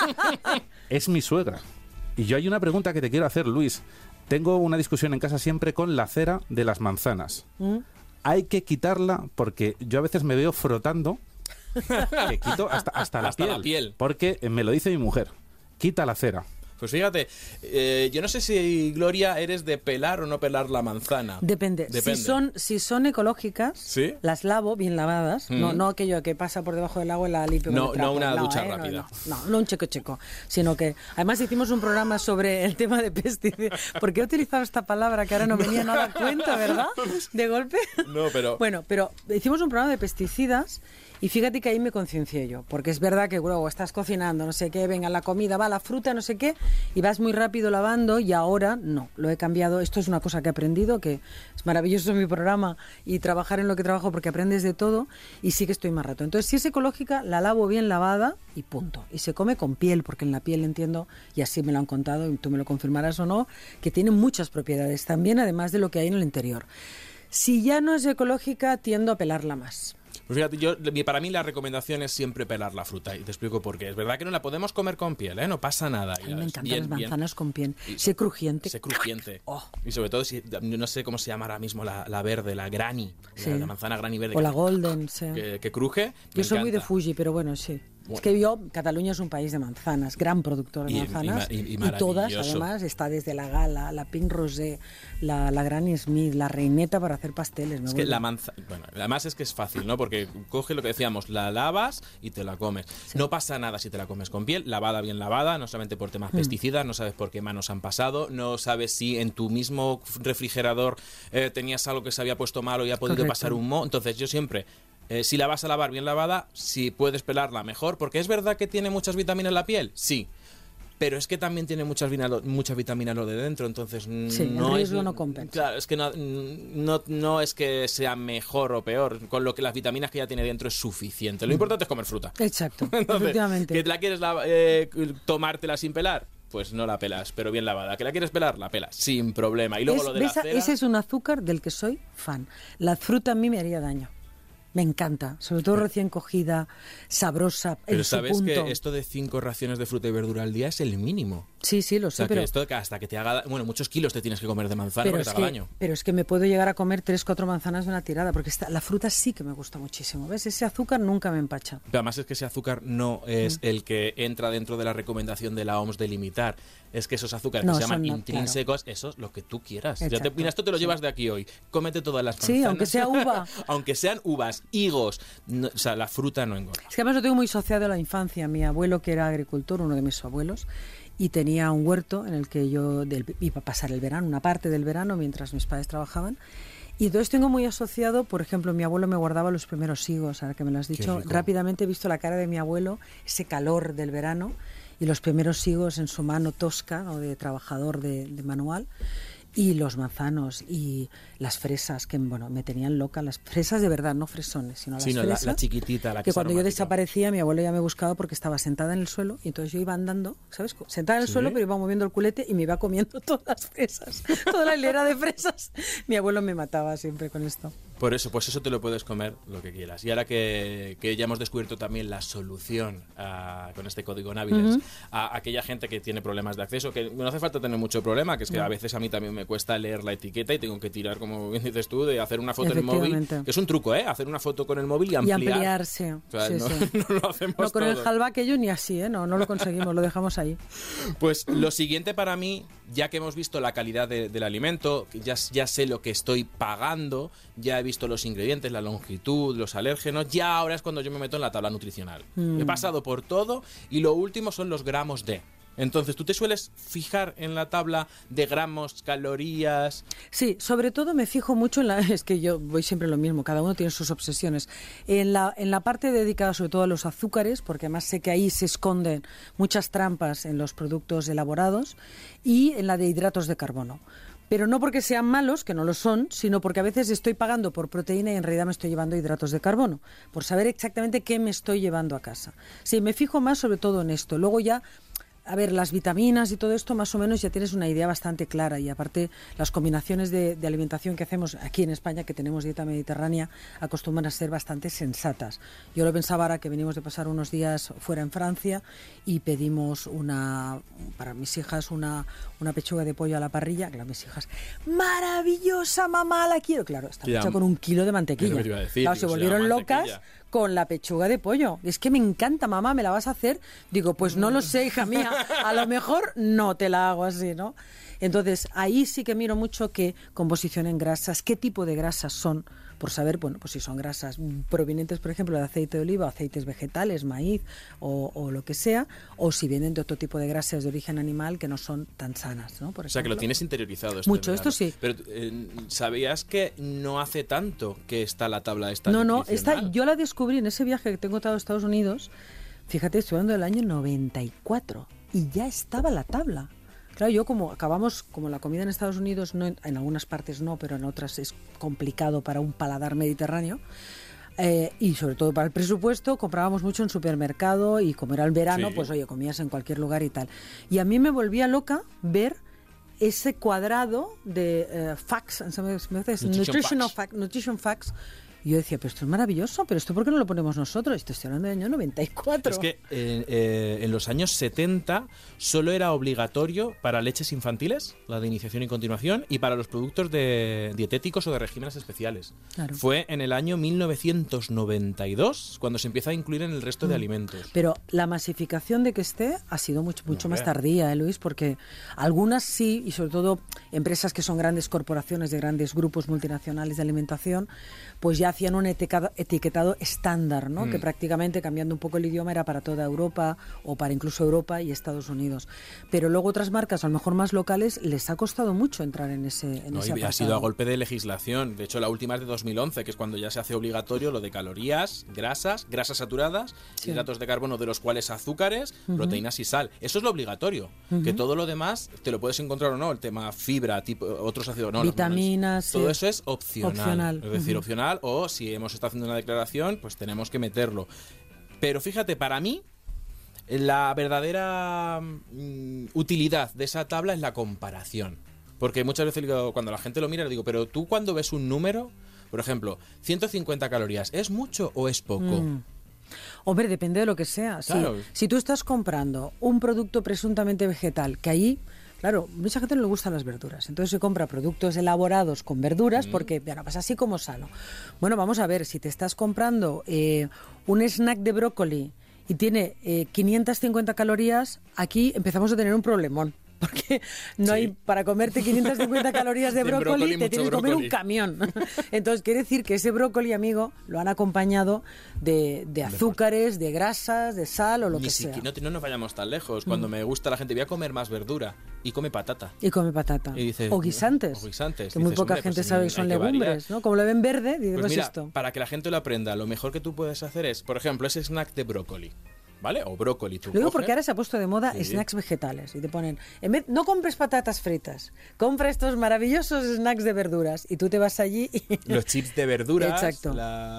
es mi suegra. Y yo hay una pregunta que te quiero hacer, Luis. Tengo una discusión en casa siempre con la cera de las manzanas. Hay que quitarla porque yo a veces me veo frotando que quito hasta la piel. Porque me lo dice mi mujer. Quita la cera. Pues fíjate, yo no sé si, Gloria, eres de pelar o no pelar la manzana. Depende. Si son ecológicas, ¿Sí? las lavo bien lavadas. No aquello que pasa por debajo del agua y la limpio con No, el trapo. no una ducha rápida. No un checo. Sino que, además hicimos un programa sobre el tema de pesticidas. ¿Por qué he utilizado esta palabra que ahora no venía nada a cuenta, verdad? De golpe. No, pero... Bueno, pero hicimos un programa de pesticidas y fíjate que ahí me conciencié yo, porque es verdad que luego estás cocinando, no sé qué, venga la comida, va la fruta, no sé qué, y vas muy rápido lavando y ahora no, lo he cambiado. Esto es una cosa que he aprendido, que es maravilloso en mi programa y trabajar en lo que trabajo porque aprendes de todo y sí que estoy más rato. Entonces, si es ecológica, la lavo bien lavada y punto. Y se come con piel, porque en la piel entiendo, y así me lo han contado y tú me lo confirmarás o no, que tiene muchas propiedades también, además de lo que hay en el interior. Si ya no es ecológica, tiendo a pelarla más. Pues fíjate, para mí la recomendación es siempre pelar la fruta y te explico por qué. Es verdad que no la podemos comer con piel, no pasa nada. A mí me encantan las manzanas con piel. Sé crujiente. Sé crujiente. Oh. Y sobre todo, no sé cómo se llama ahora mismo la verde, la granny, Sí. la manzana granny verde. O la golden, sí. Que cruje. Yo soy muy de Fuji, pero bueno, sí. Es que Cataluña es un país de manzanas, gran productor de manzanas. Y todas, maravilloso. además, está desde la Gala, la Pink Rosé, la Granny Smith, la Reineta para hacer pasteles. Es que además es que es fácil, ¿no? Porque coge lo que decíamos, la lavas y te la comes. Sí. No pasa nada si te la comes con piel, lavada, bien lavada, no solamente por temas pesticidas, no sabes por qué manos han pasado, no sabes si en tu mismo refrigerador tenías algo que se había puesto malo y ha podido Correcto. pasar un moho. Entonces yo siempre Si la vas a lavar bien lavada, si puedes pelarla mejor, porque es verdad que tiene muchas vitaminas la piel, sí. Pero es que también tiene muchas vitaminas lo de dentro, entonces sí, no el riesgo es, no compensa. Claro, es que no es que sea mejor o peor, con lo que las vitaminas que ya tiene dentro es suficiente. Lo importante es comer fruta. Exacto, Entonces, efectivamente. ¿que la quieres tomártela sin pelar? Pues no la pelas, pero bien lavada. ¿Que la quieres pelar? La pelas, sin problema. Y luego lo de la cera... Ese es un azúcar del que soy fan. La fruta a mí me haría daño. Me encanta, sobre todo recién cogida, sabrosa, pero en su sabes punto. que esto de 5 raciones de fruta y verdura al día es el mínimo. Sí, sí, lo O sé, sea, pero... que esto hasta que te haga... Bueno, muchos kilos te tienes que comer de manzana porque te haga daño. Pero es que me puedo llegar a comer 3-4 manzanas de una tirada, porque la fruta sí que me gusta muchísimo. ¿Ves? Ese azúcar nunca me empacha. Pero además es que ese azúcar no es el que entra dentro de la recomendación de la OMS de limitar. Es que esos azúcares que se llaman intrínsecos, eso es lo que tú quieras. Ya mira, esto te lo llevas de aquí hoy. Cómete todas las manzanas. Sí, aunque sea uva. Aunque sean uvas, higos. No, o sea, la fruta no engorda. Es que además lo tengo muy asociado a la infancia. Mi abuelo, que era agricultor, uno de mis abuelos, y tenía un huerto en el que yo iba a pasar el verano, una parte del verano, mientras mis padres trabajaban. Y entonces tengo muy asociado, por ejemplo, mi abuelo me guardaba los primeros higos, ahora que me lo has dicho. Rápidamente he visto la cara de mi abuelo, ese calor del verano, y los primeros higos en su mano tosca, ¿no?, de trabajador de manual, y los manzanos y las fresas, que bueno, me tenían loca, las fresas de verdad, no fresones, sino las fresas. La chiquitita, la que cuando yo aromática. Desaparecía, mi abuelo ya me buscaba porque estaba sentada en el suelo, y entonces yo iba andando, ¿sabes? Sentada en el suelo, pero iba moviendo el culete y me iba comiendo todas las fresas, toda la hilera de fresas. Mi abuelo me mataba siempre con esto. Por eso, pues eso te lo puedes comer lo que quieras. Y ahora que ya hemos descubierto también la solución con este código Naviles a aquella gente que tiene problemas de acceso, que no hace falta tener mucho problema, que es que a veces a mí también me cuesta leer la etiqueta y tengo que tirar, como bien dices tú, de hacer una foto en el móvil, que es un truco, hacer una foto con el móvil y ampliar. Y ampliarse. O sea, sí, no, sí. no lo hacemos no, con todo. el halva aquello ni así, no lo conseguimos, lo dejamos ahí. Pues lo siguiente para mí, ya que hemos visto la calidad del alimento, ya sé lo que estoy pagando, ya he visto los ingredientes, la longitud, los alérgenos, ya ahora es cuando yo me meto en la tabla nutricional. He pasado por todo y lo último son los gramos de. Entonces, ¿tú te sueles fijar en la tabla de gramos, calorías? Sí, sobre todo me fijo mucho es que yo voy siempre lo mismo, cada uno tiene sus obsesiones. En la parte dedicada sobre todo a los azúcares, porque además sé que ahí se esconden muchas trampas en los productos elaborados, y en la de hidratos de carbono. Pero no porque sean malos, que no lo son, sino porque a veces estoy pagando por proteína y en realidad me estoy llevando hidratos de carbono, por saber exactamente qué me estoy llevando a casa. Sí, me fijo más sobre todo en esto. Luego ya, a ver, las vitaminas y todo esto más o menos ya tienes una idea bastante clara, y aparte las combinaciones de alimentación que hacemos aquí en España, que tenemos dieta mediterránea, acostumbran a ser bastante sensatas. Yo lo pensaba ahora que venimos de pasar unos días fuera en Francia y pedimos para mis hijas una pechuga de pollo a la parrilla, claro, mis hijas, maravillosa, mamá, la quiero. Claro, está hecha con 1 kilo de mantequilla. Es lo que te iba a decir, claro, se volvieron locas con la pechuga de pollo. Es que me encanta, mamá, ¿me la vas a hacer? Digo, pues no lo sé, hija mía, a lo mejor no te la hago así, ¿no? Entonces, ahí sí que miro mucho qué composición en grasas, qué tipo de grasas son, por saber, bueno, pues si son grasas provenientes, por ejemplo, de aceite de oliva, aceites vegetales, maíz o lo que sea, o si vienen de otro tipo de grasas de origen animal que no son tan sanas, ¿no? Por o sea, que lo tienes interiorizado. Mucho, esto sí. Pero ¿sabías que no hace tanto que está la tabla esta No, nutricional? yo la descubrí en ese viaje que tengo a Estados Unidos, fíjate, estoy hablando del año 94, y ya estaba la tabla. Claro, yo como la comida en Estados Unidos, no, en algunas partes no, pero en otras es complicado para un paladar mediterráneo, y sobre todo para el presupuesto, comprábamos mucho en supermercado, y como era el verano, pues oye, comías en cualquier lugar y tal. Y a mí me volvía loca ver ese cuadrado de facts, nutrition facts. Y yo decía, pero esto es maravilloso, pero esto ¿por qué no lo ponemos nosotros? Esto estoy hablando del año 94. Es que en los años 70 solo era obligatorio para leches infantiles, la de iniciación y continuación, y para los productos dietéticos o de regímenes especiales. Claro. Fue en el año 1992 cuando se empieza a incluir en el resto de alimentos. Pero la masificación de que esté ha sido mucho más tardía, Luis, porque algunas sí, y sobre todo empresas que son grandes corporaciones de grandes grupos multinacionales de alimentación, pues ya ya hacían un etiquetado estándar, ¿no? Que prácticamente, cambiando un poco el idioma, era para toda Europa o para incluso Europa y Estados Unidos. Pero luego otras marcas, a lo mejor más locales, les ha costado mucho entrar en ese apartado. Ha sido a golpe de legislación. De hecho, la última es de 2011, que es cuando ya se hace obligatorio lo de calorías, grasas saturadas, hidratos de carbono, de los cuales azúcares, proteínas y sal. Eso es lo obligatorio. Que todo lo demás te lo puedes encontrar o no, el tema fibra, tipo otros ácidos, no, vitaminas, todo eso es opcional. Es decir, opcional, o si hemos estado haciendo una declaración, pues tenemos que meterlo. Pero fíjate, para mí la verdadera utilidad de esa tabla es la comparación. Porque muchas veces cuando la gente lo mira, le digo, pero tú cuando ves un número, por ejemplo, 150 calorías, ¿es mucho o es poco? Hombre, depende de lo que sea. Claro. Si tú estás comprando un producto presuntamente vegetal, que ahí, claro, mucha gente no le gustan las verduras, entonces se compra productos elaborados con verduras porque, bueno, pues así como sano. Bueno, vamos a ver, si te estás comprando un snack de brócoli y tiene 550 calorías, aquí empezamos a tener un problemón. Porque no hay, para comerte 550 calorías de brócoli, te tienes que comer un camión. Entonces, quiere decir que ese brócoli, amigo, lo han acompañado de azúcares, de grasas, de sal o lo que sea. No nos vayamos tan lejos. Cuando me gusta la gente, voy a comer más verdura y come patata. Y come patata. Y dices, o guisantes. Que muy poca gente sabe que son legumbres, ¿no? Como lo ven verde, dices, pues mira, esto. Para que la gente lo aprenda, lo mejor que tú puedes hacer es, por ejemplo, ese snack de brócoli. ¿Vale? O brócoli. Lo digo porque ahora se ha puesto de moda snacks vegetales y te ponen, no compres patatas fritas, compra estos maravillosos snacks de verduras y tú te vas allí y... Los chips de verduras. Exacto.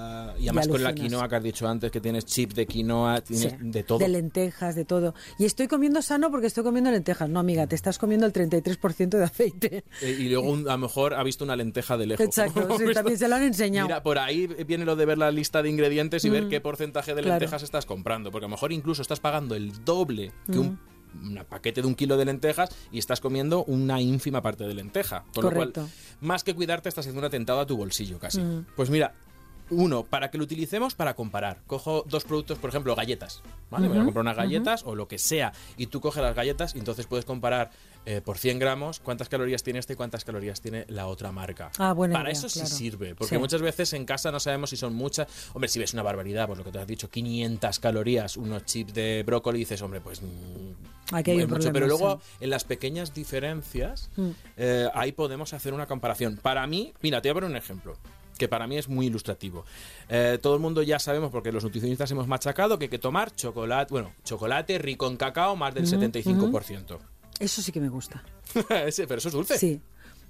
Y además con la quinoa que has dicho antes, que tienes chips de quinoa, tienes de todo. De lentejas, de todo. Y estoy comiendo sano porque estoy comiendo lentejas. No, amiga, te estás comiendo el 33% de aceite. Y luego a lo mejor ha visto una lenteja de lejos. Exacto, sí, también se lo han enseñado. Mira, por ahí viene lo de ver la lista de ingredientes y ver qué porcentaje de lentejas estás comprando, porque a lo mejor incluso estás pagando el doble que un paquete de 1 kilo de lentejas y estás comiendo una ínfima parte de lenteja. Con Correcto. lo cual, más que cuidarte, estás haciendo un atentado a tu bolsillo casi. Pues mira, uno, para que lo utilicemos para comparar. Cojo dos productos, por ejemplo, galletas, ¿vale? Voy a comprar unas galletas o lo que sea, y tú coges las galletas y entonces puedes comparar por 100 gramos cuántas calorías tiene este y cuántas calorías tiene la otra marca. Buena para idea, eso claro. sí sirve, porque muchas veces en casa no sabemos si son muchas. Hombre, si ves una barbaridad, pues lo que te has dicho, 500 calorías, unos chips de brócoli, dices, hombre, pues... Aquí hay un mucho, problema, pero luego en las pequeñas diferencias ahí podemos hacer una comparación. Para mí, mira, te voy a poner un ejemplo que para mí es muy ilustrativo. Todo el mundo ya sabemos, porque los nutricionistas hemos machacado, que hay que tomar chocolate rico en cacao más del 75%. Eso sí que me gusta. Pero eso es dulce. Sí.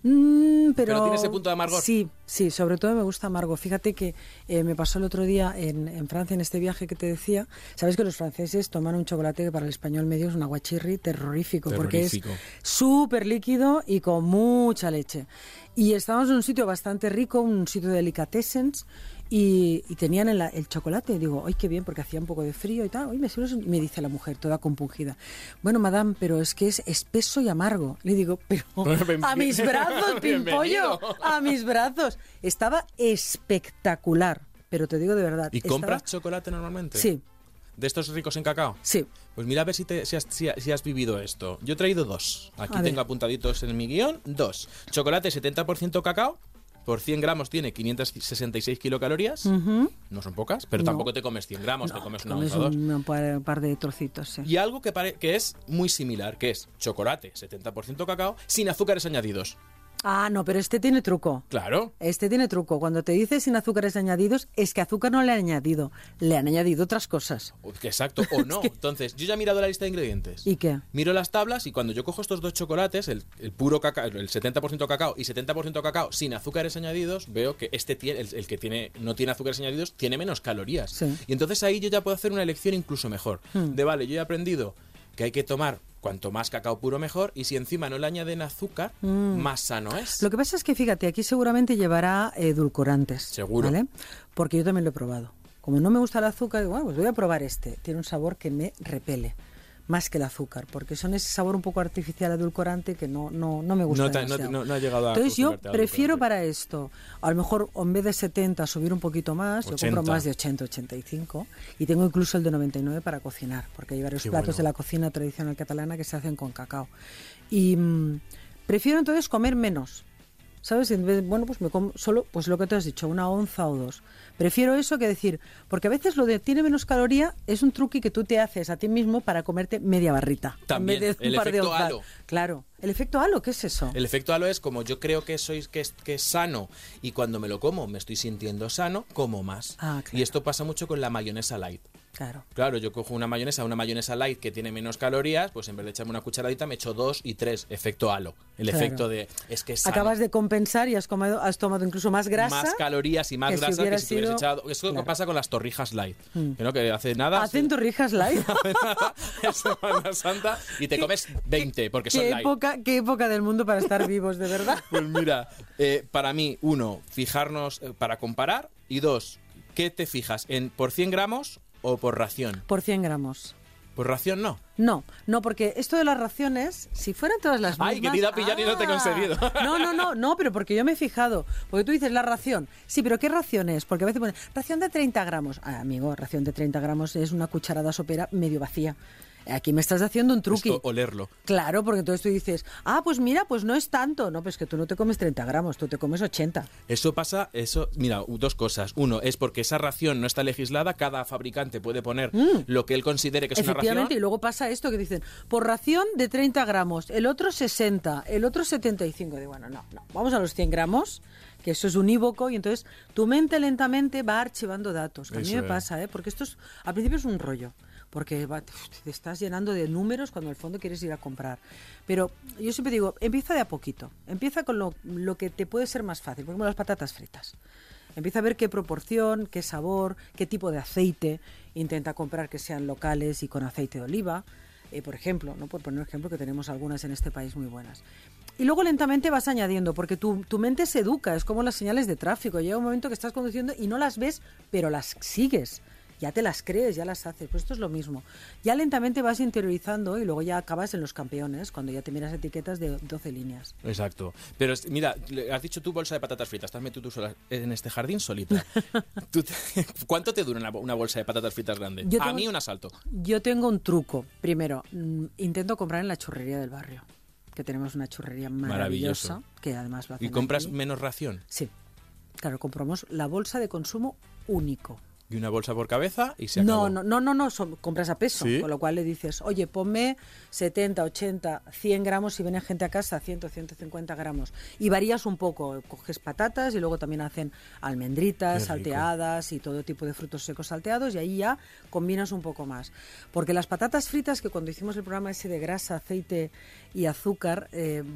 Pero tiene ese punto de amargor. Sí, sobre todo me gusta amargo. Fíjate que me pasó el otro día en Francia, en este viaje que te decía. Sabes que los franceses toman un chocolate que para el español medio es un aguachirri terrorífico, porque es súper líquido y con mucha leche. Y estábamos en un sitio bastante rico, un sitio de delicatessens, y tenían el chocolate. Y digo, ¡ay, qué bien! Porque hacía un poco de frío y tal. Y me dice la mujer, toda compungida, bueno, madame, pero es que es espeso y amargo. Le digo, pero a mis brazos, pimpollo, a mis brazos. Estaba espectacular, pero te digo de verdad. ¿Y compras chocolate normalmente? Sí. ¿De estos ricos en cacao? Sí. Pues mira a ver si has vivido esto. Yo he traído 2. Aquí tengo apuntaditos en mi guión. 2. Chocolate 70% cacao. Por 100 gramos tiene 566 kilocalorías. No son pocas, pero tampoco te comes 100 gramos, te comes una onza o dos. Un par de trocitos, sí. Y algo que es muy similar, que es chocolate 70% cacao sin azúcares añadidos. No, pero este tiene truco. Claro. Este tiene truco. Cuando te dice sin azúcares añadidos, es que azúcar no le han añadido. Le han añadido otras cosas. Exacto, o no. Entonces, yo ya he mirado la lista de ingredientes. ¿Y qué? Miro las tablas y cuando yo cojo estos dos chocolates, el puro cacao, el 70% cacao y 70% cacao sin azúcares añadidos, veo que el que no tiene azúcares añadidos tiene menos calorías. Sí. Y entonces ahí yo ya puedo hacer una elección incluso mejor. Yo he aprendido que hay que tomar cuanto más cacao puro mejor, y si encima no le añaden azúcar, más sano es. Lo que pasa es que, fíjate, aquí seguramente llevará edulcorantes. Seguro. ¿Vale? Porque yo también lo he probado. Como no me gusta el azúcar, digo, bueno, pues voy a probar este. Tiene un sabor que me repele, más que el azúcar, porque son ese sabor un poco artificial, edulcorante, que no me gusta demasiado. No ha llegado a... Entonces yo prefiero para esto, a lo mejor en vez de 70 subir un poquito más, 80. Yo compro más de 80, 85, y tengo incluso el de 99 para cocinar, porque hay varios platos de la cocina tradicional catalana que se hacen con cacao. Y prefiero entonces comer menos. ¿sabes? Bueno, pues me como solo, pues lo que te has dicho, 1 onza o 2. Prefiero eso que decir, porque a veces lo de tiene menos caloría es un truqui que tú te haces a ti mismo para comerte media barrita. También, en vez de el un par de efecto onzas. halo. Claro, el efecto halo, ¿qué es eso? El efecto halo es como yo creo que es sano y cuando me lo como me estoy sintiendo sano, como más. Ah, claro. Y esto pasa mucho con la mayonesa light. Claro. Claro, yo cojo una mayonesa light que tiene menos calorías, pues en vez de echarme una cucharadita me echo 2 y 3, efecto halo. El Claro. efecto de, es que es sano. Acabas de compensar y has tomado incluso más grasa. Más calorías y más que si grasa hubiera que si te hubieras sido- echado. Eso Claro. pasa con las torrijas light. Que no, que hace nada. Hacen torrijas light. Es Semana Santa y te comes 20 porque son light. Qué época del mundo para estar vivos, de verdad. Pues mira, para mí, 1, fijarnos para comparar y 2, ¿qué te fijas? ¿Por 100 gramos o por ración? Por 100 gramos. Por ración no. No, porque esto de las raciones, si fueran todas las mismas... Ay, que te iba a pillar y no te he conseguido. No, pero porque yo me he fijado. Porque tú dices la ración. Sí, pero ¿qué ración es? Porque a veces ponen ración de 30 gramos. Ah, amigo, ración de 30 gramos es una cucharada sopera medio vacía. Aquí me estás haciendo un truqui. Esto, olerlo. Claro, porque entonces tú dices, pues mira, pues no es tanto. No, pues que tú no te comes 30 gramos, tú te comes 80. Eso pasa, mira, 2 cosas. 1, es porque esa ración no está legislada, cada fabricante puede poner lo que él considere que es una ración. Efectivamente, y luego pasa esto que dicen, por ración de 30 gramos, el otro 60, el otro 75. Digo, bueno, no, vamos a los 100 gramos, que eso es unívoco, y entonces tu mente lentamente va archivando datos. Que a mí Eso me pasa, porque esto al principio es un rollo. Porque te estás llenando de números cuando en el fondo quieres ir a comprar. Pero yo siempre digo, empieza de a poquito. Empieza con lo que te puede ser más fácil. Por ejemplo, las patatas fritas. Empieza a ver qué proporción, qué sabor, qué tipo de aceite. Intenta comprar que sean locales y con aceite de oliva. Por ejemplo, ¿no? Por poner un ejemplo, que tenemos algunas en este país muy buenas. Y luego lentamente vas añadiendo, porque tu mente se educa. Es como las señales de tráfico. Llega un momento que estás conduciendo y no las ves, pero las sigues. Ya te las crees, ya las haces. Pues esto es lo mismo. Ya lentamente vas interiorizando y luego ya acabas en los campeones, cuando ya te miras etiquetas de 12 líneas. Exacto. Pero mira, has dicho tú bolsa de patatas fritas, estás metido tú sola en este jardín solita. ¿Cuánto te dura una bolsa de patatas fritas grande? A mí un asalto. Yo tengo un truco. Primero, intento comprar en la churrería del barrio, que tenemos una churrería maravillosa, que además lo hacen. ¿Y compras aquí. menos ración? Sí. Claro, compramos la bolsa de consumo único. Y una bolsa por cabeza y se acabó. No, compras a peso, ¿Sí? con lo cual le dices, oye, ponme 70, 80, 100 gramos si viene gente a casa, 100, 150 gramos. Y varías un poco, coges patatas y luego también hacen almendritas salteadas y todo tipo de frutos secos salteados y ahí ya combinas un poco más. Porque las patatas fritas, que cuando hicimos el programa ese de grasa, aceite y azúcar,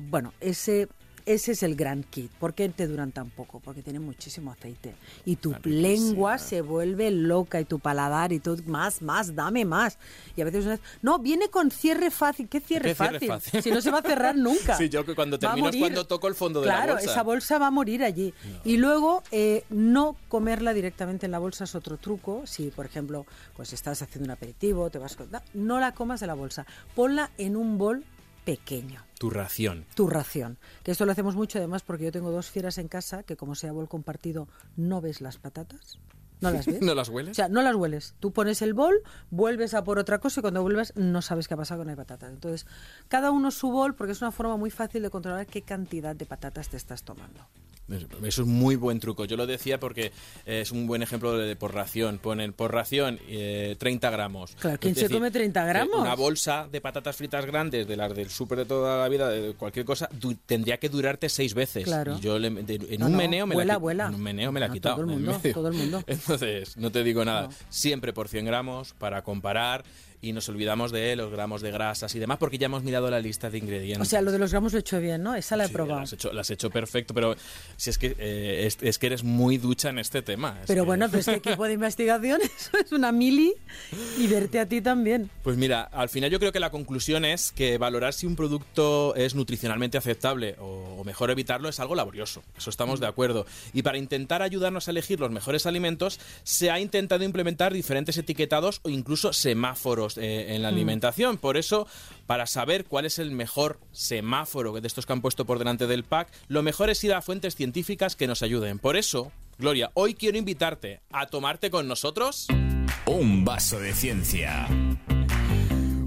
ese es el gran kit. ¿Por qué te duran tan poco? Porque tienen muchísimo aceite. Y tu lengua se vuelve loca y tu paladar y todo, más, dame más. Y a veces, no, viene con cierre fácil. ¿Qué cierre fácil? Si no se va a cerrar nunca. Sí, yo que cuando termino es cuando toco el fondo de la bolsa. Claro, esa bolsa va a morir allí. No. Y luego, no comerla directamente en la bolsa es otro truco. Si, por ejemplo, pues estás haciendo un aperitivo, no la comas de la bolsa. Ponla en un bol pequeño. Tu ración. Que esto lo hacemos mucho además porque yo tengo 2 fieras en casa que como sea bol compartido no ves las patatas. ¿No las ves? ¿No las hueles? O sea, no las hueles. Tú pones el bol, vuelves a por otra cosa y cuando vuelves no sabes qué ha pasado con las patatas. Entonces, cada uno su bol porque es una forma muy fácil de controlar qué cantidad de patatas te estás tomando. Eso es muy buen truco. Yo lo decía porque es un buen ejemplo de por ración. Ponen por ración 30 gramos. Claro, ¿quién se come 30 gramos? Una bolsa de patatas fritas grandes, de las del súper de toda la vida, de cualquier cosa, tendría que durarte 6 veces. Claro. Y yo en un meneo me la he quitado. Todo el mundo. Entonces, no te digo nada. Siempre por 100 gramos para comparar. Y nos olvidamos de los gramos de grasas y demás, porque ya hemos mirado la lista de ingredientes. O sea, lo de los gramos lo he hecho bien, ¿no? Esa la he probado. Las has hecho perfecto, pero si es que es que eres muy ducha en este tema. Pero bueno, pues este equipo de investigación eso es una mili y verte a ti también. Pues mira, al final yo creo que la conclusión es que valorar si un producto es nutricionalmente aceptable o mejor evitarlo es algo laborioso. Eso estamos de acuerdo. Y para intentar ayudarnos a elegir los mejores alimentos, se ha intentado implementar diferentes etiquetados o incluso semáforos en la alimentación. Por eso, para saber cuál es el mejor semáforo de estos que han puesto por delante del pack, lo mejor es ir a fuentes científicas que nos ayuden. Por eso, Gloria, hoy quiero invitarte a tomarte con nosotros un vaso de ciencia.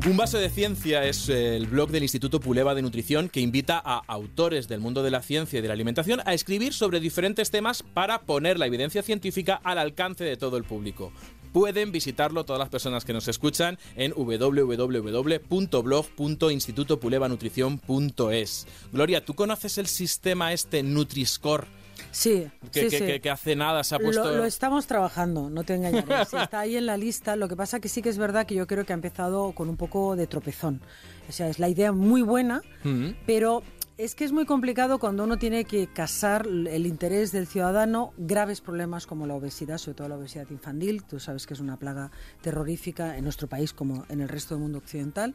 Un vaso de ciencia es el blog del Instituto Puleva de Nutrición que invita a autores del mundo de la ciencia y de la alimentación a escribir sobre diferentes temas para poner la evidencia científica al alcance de todo el público. Pueden visitarlo todas las personas que nos escuchan en www.blog.institutopulevanutrición.es. Gloria, ¿tú conoces el sistema Nutri-Score? Sí, que hace nada se ha puesto... Lo estamos trabajando, no te engañaré. Sí, está ahí en la lista. Lo que pasa que sí que es verdad que yo creo que ha empezado con un poco de tropezón. O sea, es la idea muy buena, pero es que es muy complicado cuando uno tiene que casar el interés del ciudadano, graves problemas como la obesidad, sobre todo la obesidad infantil. Tú sabes que es una plaga terrorífica en nuestro país como en el resto del mundo occidental.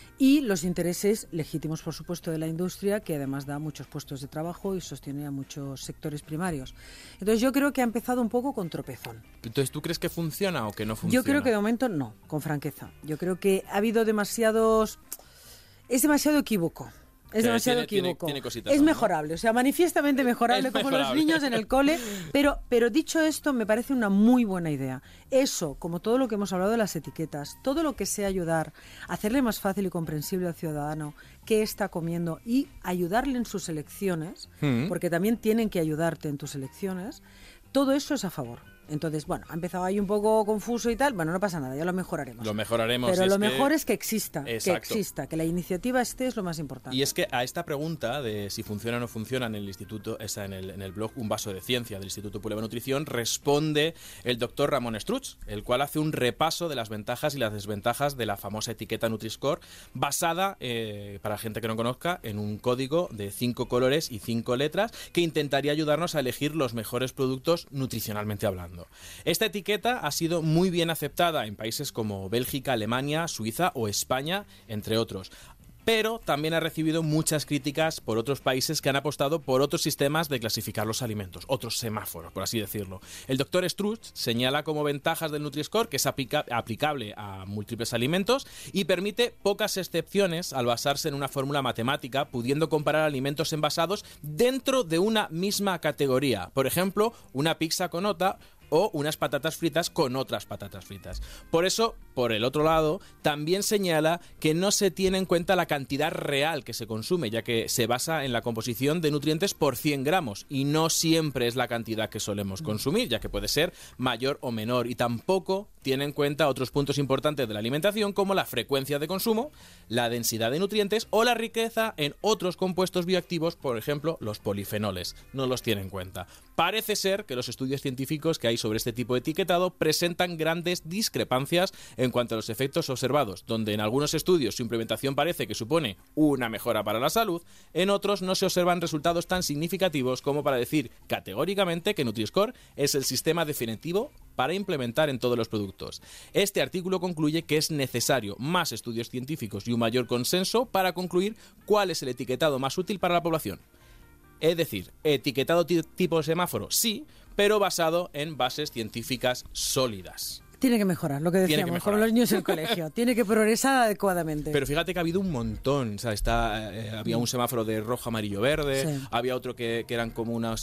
Y los intereses legítimos, por supuesto, de la industria, que además da muchos puestos de trabajo y sostiene a muchos sectores primarios. Entonces yo creo que ha empezado un poco con tropezón. Entonces, ¿tú crees que funciona o que no funciona? Yo creo que de momento no, con franqueza. Yo creo que ha habido demasiados... Es demasiado equívoco. Es demasiado equívoco. Tiene cositas, es ¿no? mejorable, o sea, manifiestamente mejorable, como los niños en el cole. Pero dicho esto, me parece una muy buena idea. Eso, como todo lo que hemos hablado de las etiquetas, todo lo que sea ayudar a hacerle más fácil y comprensible al ciudadano qué está comiendo y ayudarle en sus elecciones, porque también tienen que ayudarte en tus elecciones, todo eso es a favor. Entonces, bueno, ha empezado ahí un poco confuso y tal. Bueno, no pasa nada, ya lo mejoraremos. Lo mejoraremos. Pero lo mejor es que exista, Exacto. que la iniciativa esté es lo más importante. Y es que a esta pregunta de si funciona o no funciona en el instituto, en el blog Un Vaso de Ciencia del Instituto Puleva de Nutrición, responde el doctor Ramón Struch, el cual hace un repaso de las ventajas y las desventajas de la famosa etiqueta Nutri-Score, basada, para gente que no conozca, en un código de 5 colores y 5 letras que intentaría ayudarnos a elegir los mejores productos nutricionalmente hablando. Esta etiqueta ha sido muy bien aceptada en países como Bélgica, Alemania, Suiza o España, entre otros. Pero también ha recibido muchas críticas por otros países que han apostado por otros sistemas de clasificar los alimentos, otros semáforos, por así decirlo. El doctor Struch señala como ventajas del Nutri-Score que es aplicable a múltiples alimentos y permite pocas excepciones al basarse en una fórmula matemática, pudiendo comparar alimentos envasados dentro de una misma categoría. Por ejemplo, una pizza con nata o unas patatas fritas con otras patatas fritas. Por eso, por el otro lado, también señala que no se tiene en cuenta la cantidad real que se consume, ya que se basa en la composición de nutrientes por 100 gramos y no siempre es la cantidad que solemos consumir, ya que puede ser mayor o menor, y tampoco tiene en cuenta otros puntos importantes de la alimentación como la frecuencia de consumo, la densidad de nutrientes o la riqueza en otros compuestos bioactivos, por ejemplo, los polifenoles. No los tiene en cuenta. Parece ser que los estudios científicos que hay sobre este tipo de etiquetado presentan grandes discrepancias en cuanto a los efectos observados, donde en algunos estudios su implementación parece que supone una mejora para la salud, en otros no se observan resultados tan significativos como para decir categóricamente que Nutri-Score es el sistema definitivo para implementar en todos los productos. Este artículo concluye que es necesario más estudios científicos y un mayor consenso para concluir cuál es el etiquetado más útil para la población. Es decir, etiquetado tipo semáforo, sí, pero basado en bases científicas sólidas. Tiene que mejorar, lo que decíamos, como los niños en el colegio. Tiene que progresar adecuadamente. Pero fíjate que ha habido un montón. O sea, había un semáforo de rojo, amarillo, verde. Sí. Había otro que eran como unos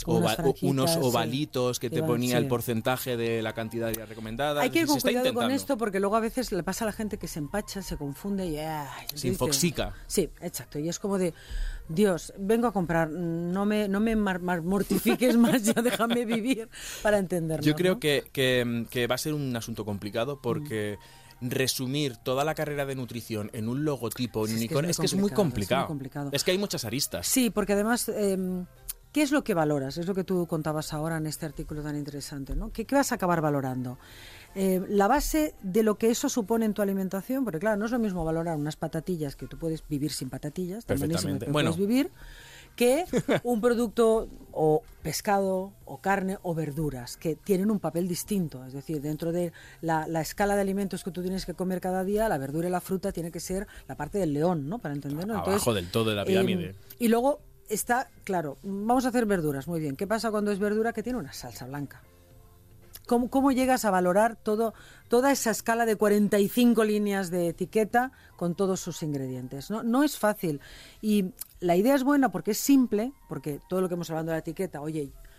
ovalitos que te ponía el porcentaje de la cantidad recomendada. Hay que ir con cuidado con esto porque luego a veces le pasa a la gente que se empacha, se confunde y se infoxica. Sí, exacto. Y es como de... Dios, vengo a comprar, no me mortifiques más, ya déjame vivir para entenderlo. Yo creo que va a ser un asunto complicado porque resumir toda la carrera de nutrición en un logotipo, en un icono, es que es muy complicado. Es que hay muchas aristas. Sí, porque además... ¿qué es lo que valoras? Es lo que tú contabas ahora en este artículo tan interesante, ¿no? ¿Qué vas a acabar valorando? La base de lo que eso supone en tu alimentación, porque claro, no es lo mismo valorar unas patatillas, que tú puedes vivir sin patatillas, perfectamente. Puedes vivir, que un producto o pescado o carne o verduras que tienen un papel distinto. Es decir, dentro de la escala de alimentos que tú tienes que comer cada día, la verdura y la fruta tiene que ser la parte del león, ¿no? Para entenderlo. Abajo entonces, del todo de la pirámide. Y luego está, claro, vamos a hacer verduras, muy bien. ¿Qué pasa cuando es verdura que tiene una salsa blanca? ¿Cómo llegas a valorar toda esa escala de 45 líneas de etiqueta con todos sus ingredientes? No es fácil. Y la idea es buena porque es simple, porque todo lo que hemos hablado de la etiqueta, oye,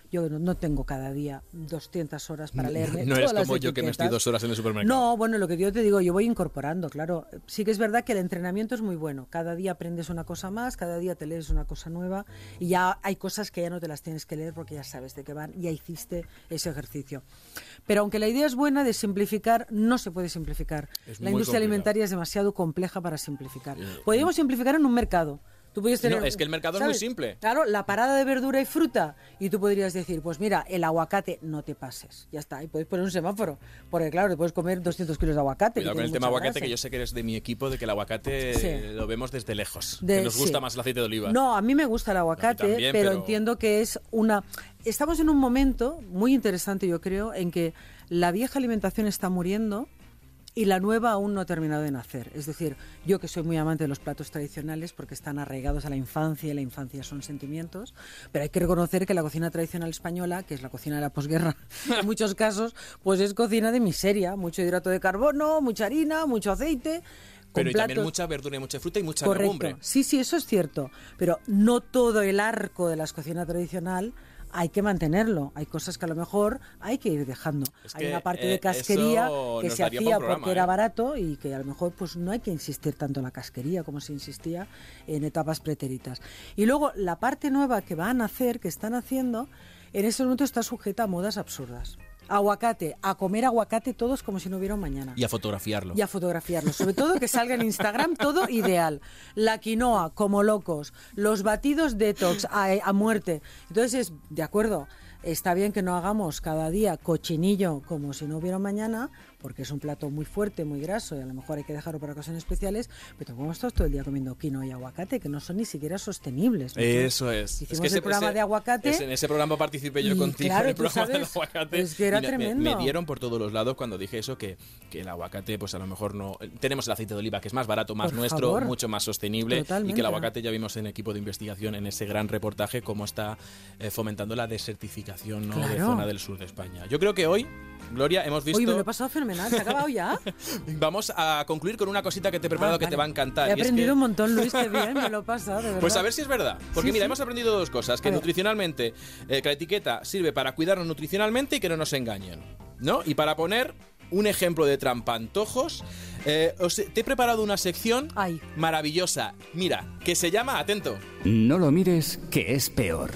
Yo no tengo cada día 200 horas para leerme No todas eres las como yo que me estoy etiquetas. 2 horas en el supermercado. No, bueno, lo que yo te digo, yo voy incorporando, claro. Sí que es verdad que el entrenamiento es muy bueno. Cada día aprendes una cosa más, cada día te lees una cosa nueva y ya hay cosas que ya no te las tienes que leer porque ya sabes de qué van, ya hiciste ese ejercicio. Pero aunque la idea es buena de simplificar, no se puede simplificar. Es La muy industria complicado. alimentaria es demasiado compleja para simplificar. Podríamos simplificar en un mercado. Tú podrías tener, No, es que el mercado es muy simple. Claro, la parada de verdura y fruta. Y tú podrías decir, pues mira, el aguacate, no te pases. Ya está. Y puedes poner un semáforo. Porque claro, te puedes comer 200 kilos de aguacate. Cuidado que con el tiene tema mucha aguacate, grasa. que yo sé que eres de mi equipo, de que el aguacate Sí. lo vemos desde lejos. De- que nos gusta sí. más el aceite de oliva. No, a mí me gusta el aguacate, A mí también, pero pero- entiendo que es una... Estamos en un momento muy interesante, yo creo, en que la vieja alimentación está muriendo y la nueva aún no ha terminado de nacer. Es decir, yo que soy muy amante de los platos tradicionales porque están arraigados a la infancia y la infancia son sentimientos, pero hay que reconocer que la cocina tradicional española, que es la cocina de la posguerra en muchos casos, pues es cocina de miseria, mucho hidrato de carbono, mucha harina, mucho aceite. Pero con y también platos- mucha verdura y mucha fruta y mucha Correcto. legumbre. Sí, sí, eso es cierto. Pero no todo el arco de la cocina tradicional hay que mantenerlo. Hay cosas que a lo mejor hay que ir dejando. Es Hay que, una parte de casquería eso que nos se daría hacía pa' un programa, porque era ¿eh? barato y que a lo mejor pues no hay que insistir tanto en la casquería como se insistía en etapas pretéritas. Y luego la parte nueva que van a hacer, que están haciendo, en ese momento está sujeta a modas absurdas. Aguacate, a comer aguacate todos como si no hubiera un mañana. Y a fotografiarlo. Y a fotografiarlo. Sobre todo que salga en Instagram todo ideal. La quinoa, como locos. Los batidos detox a muerte. Entonces, de acuerdo, está bien que no hagamos cada día cochinillo como si no hubiera un mañana, porque es un plato muy fuerte, muy graso y a lo mejor hay que dejarlo para ocasiones especiales, pero tampoco estamos todo el día comiendo quinoa y aguacate, que no son ni siquiera sostenibles. Eso es. Hicimos el programa de aguacate. En ese programa participé yo y contigo claro, en el tú programa del sabes, aguacate. es que era y tremendo. Me dieron por todos los lados cuando dije eso, que el aguacate, pues a lo mejor no. Tenemos el aceite de oliva, que es más barato, más Por nuestro, favor. mucho más sostenible. Y Totalmente. que el aguacate ya vimos en equipo de investigación, en ese gran reportaje, cómo está fomentando la desertificación, ¿no? de Claro. zona del sur de España. Yo creo que hoy, Gloria, hemos visto. Oye, me lo he pasado fenomenal. ¿Se ha acabado ya? Vamos a concluir con una cosita que te he preparado que vale. te va a encantar. He y es aprendido que- un montón, Luis, qué bien, me lo he pasado, de verdad. Pues a ver si es verdad. Porque Sí, mira, sí. hemos aprendido dos cosas. Que A ver. nutricionalmente, que la etiqueta sirve para cuidarnos nutricionalmente y que no nos engañen. ¿No? Y para poner un ejemplo de trampantojos, te he preparado una sección Ay. maravillosa. Mira, que se llama, atento, No lo mires, que es peor.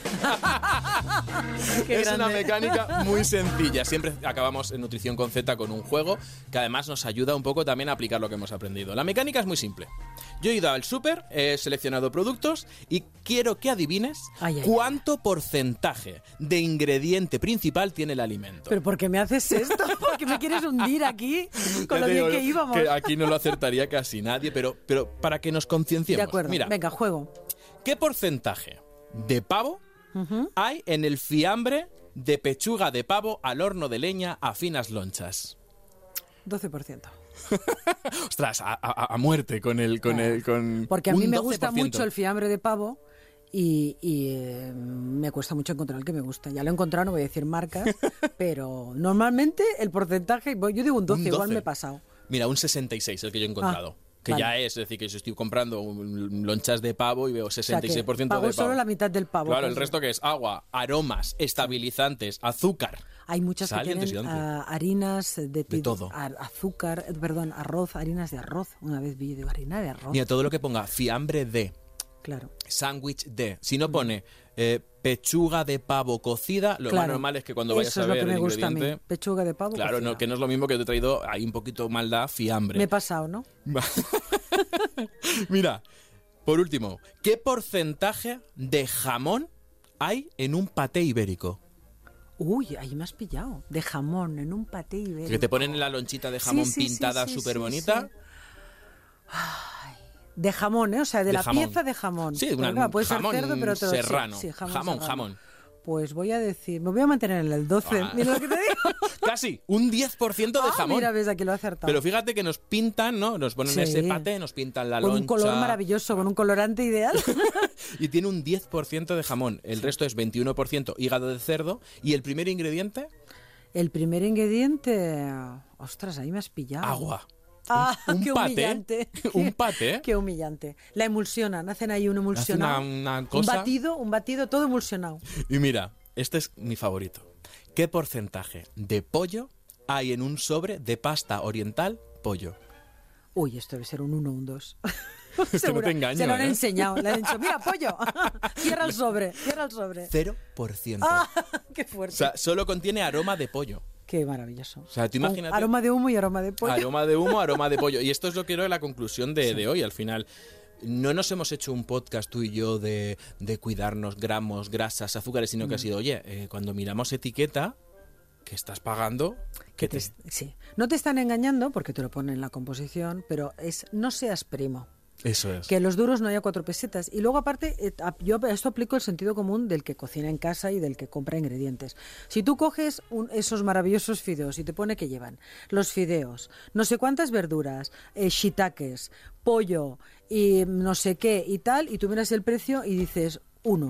Qué es una grande. mecánica muy sencilla. Siempre acabamos en Nutrición con Z con un juego que además nos ayuda un poco también a aplicar lo que hemos aprendido. La mecánica es muy simple. Yo he ido al súper, he seleccionado productos y quiero que adivines Ay, ay, cuánto porcentaje de ingrediente principal tiene el alimento. ¿Pero por qué me haces esto? ¿Por qué me quieres hundir aquí con Ya lo te bien digo que íbamos? que aquí no lo acertaría casi nadie, pero para que nos concienciemos. De acuerdo, Mira, venga, juego. ¿qué porcentaje de pavo hay en el fiambre de pechuga de pavo al horno de leña a finas lonchas? 12%. Ostras, a muerte con el... Porque a mí un me gusta 12%. mucho el fiambre de pavo y me cuesta mucho encontrar el que me gusta. Ya lo he encontrado, no voy a decir marcas, pero normalmente el porcentaje, yo digo un 12, Un igual 12. me he pasado. Mira, un 66 el que yo he encontrado. Que vale. ya es decir, que yo estoy comprando lonchas de pavo y veo O sea, 66% que de pago pavo. solo la mitad del pavo. Claro, que el es- resto que es agua, aromas, estabilizantes, azúcar. Hay muchas Sal y que tienen antioxidante. harinas de todo. azúcar, perdón, arroz, harinas de arroz. Una vez vi, digo, harina de arroz. Mira, todo lo que ponga fiambre de, Claro. sándwich de. Si no pone pechuga de pavo cocida, lo más Claro. normal es que cuando vayas Eso a es lo ver que me el gusta a ingrediente... mí. Pechuga de pavo. Claro, cocida. no, que no es lo mismo que te he traído ahí un poquito maldad, fiambre. Me he pasado, ¿no? Mira, por último, ¿qué porcentaje de jamón hay en un paté ibérico? Uy, ahí me has pillado. De jamón, en un paté ibérico. Que te ponen en la lonchita de jamón Sí, sí, pintada sí, súper sí, bonita. sí. Ay, de jamón, ¿eh? O sea, de la jamón. pieza de jamón. Sí, Porque, una- claro, puede jamón ser cerdo, pero otro sí, serrano. sí, Jamón, serrano. jamón. Pues voy a decir, me voy a mantener en el 12. Ah. Mira lo que te digo. Casi, un 10% de Ah, jamón. mira, ves, aquí lo he acertado. Pero fíjate que nos pintan, ¿no? Nos ponen Sí. ese paté, nos pintan la con loncha. un color maravilloso, con un colorante ideal. Y tiene un 10% de jamón. El resto es 21% hígado de cerdo. ¿Y el primer ingrediente? El primer ingrediente... Ostras, ahí me has pillado. Agua. Ah, Un qué paté, humillante. un paté. Qué humillante. La emulsionan, hacen ahí un emulsionado. una cosa. Un batido, todo emulsionado. Y mira, Este es mi favorito. ¿Qué porcentaje de pollo hay en un sobre de pasta oriental pollo? Uy, esto debe ser un 1 o un 2. Esto no te engaño, Se lo han enseñado. Le han dicho, mira, pollo, cierra el sobre. 0%. ¡Ah, qué fuerte! O sea, solo contiene aroma de pollo. Qué maravilloso. O sea, tú imagínate... Aroma de humo y aroma de pollo. Aroma de humo, aroma de pollo. Y esto es lo que creo la conclusión de hoy, al final. No nos hemos hecho un podcast tú y yo de cuidarnos gramos, grasas, azúcares, sino que ha sido, oye, cuando miramos etiqueta, que estás pagando... Sí. No te están engañando porque te lo ponen en la composición, pero no seas primo. Eso es. Que los duros no haya 4 pesetas. Y luego, aparte, yo a esto aplico el sentido común del que cocina en casa y del que compra ingredientes. Si tú coges esos maravillosos fideos y te pone que llevan los fideos, no sé cuántas verduras, shiitakes, pollo y no sé qué y tal, y tú miras el precio y dices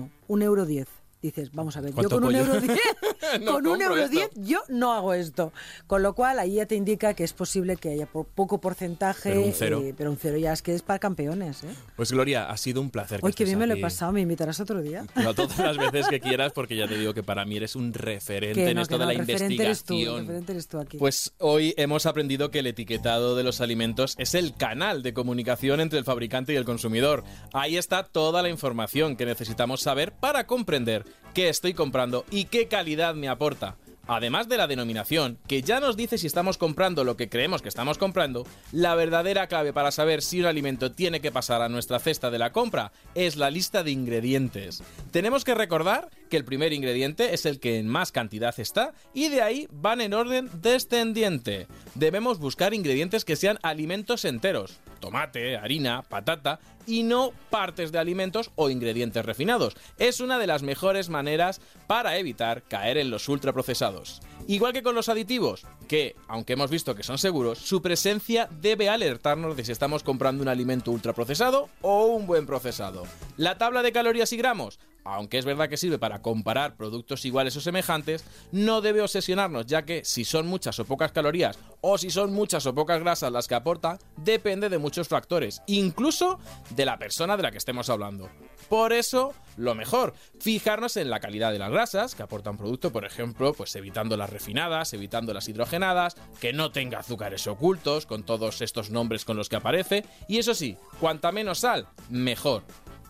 1,10 €. Dices, vamos a ver, yo con pollo? 1,10 €, No con compro 1,10 esto. € yo no hago esto. Con lo cual, ahí ya te indica que es posible que haya poco porcentaje. Pero un cero. Pero un cero ya es que es para campeones, ¿eh? Pues Gloria, ha sido un placer. Hoy que bien me lo he aquí. pasado, ¿me invitarás otro día? No, todas las veces que quieras, porque ya te digo que para mí eres un referente en esto de la referente investigación. eres tú aquí. Pues hoy hemos aprendido que el etiquetado de los alimentos es el canal de comunicación entre el fabricante y el consumidor. Ahí está toda la información que necesitamos saber para comprender qué estoy comprando y qué calidad me aporta. Además de la denominación, que ya nos dice si estamos comprando lo que creemos que estamos comprando, la verdadera clave para saber si un alimento tiene que pasar a nuestra cesta de la compra es la lista de ingredientes. Tenemos que recordar que el primer ingrediente es el que en más cantidad está y de ahí van en orden descendiente. Debemos buscar ingredientes que sean alimentos enteros, tomate, harina, patata, y no partes de alimentos o ingredientes refinados. Es una de las mejores maneras para evitar caer en los ultraprocesados. Igual que con los aditivos, que, aunque hemos visto que son seguros, su presencia debe alertarnos de si estamos comprando un alimento ultraprocesado o un buen procesado. La tabla de calorías y gramos, aunque es verdad que sirve para comparar productos iguales o semejantes, no debe obsesionarnos, ya que si son muchas o pocas calorías o si son muchas o pocas grasas las que aporta, depende de muchos factores, incluso de la persona de la que estemos hablando. Por eso, lo mejor, fijarnos en la calidad de las grasas que aporta un producto, por ejemplo, pues evitando las refinadas, evitando las hidrogenadas, que no tenga azúcares ocultos, con todos estos nombres con los que aparece, y eso sí, cuanta menos sal, mejor.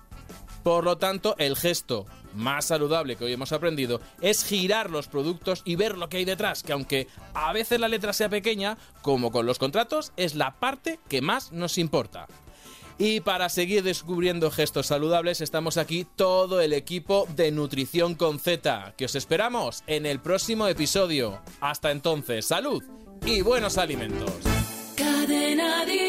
Por lo tanto, el gesto más saludable que hoy hemos aprendido es girar los productos y ver lo que hay detrás, que aunque a veces la letra sea pequeña, como con los contratos, es la parte que más nos importa. Y para seguir descubriendo gestos saludables, estamos aquí todo el equipo de Nutrición con Z, que os esperamos en el próximo episodio. Hasta entonces, salud y buenos alimentos. Cadena Dial.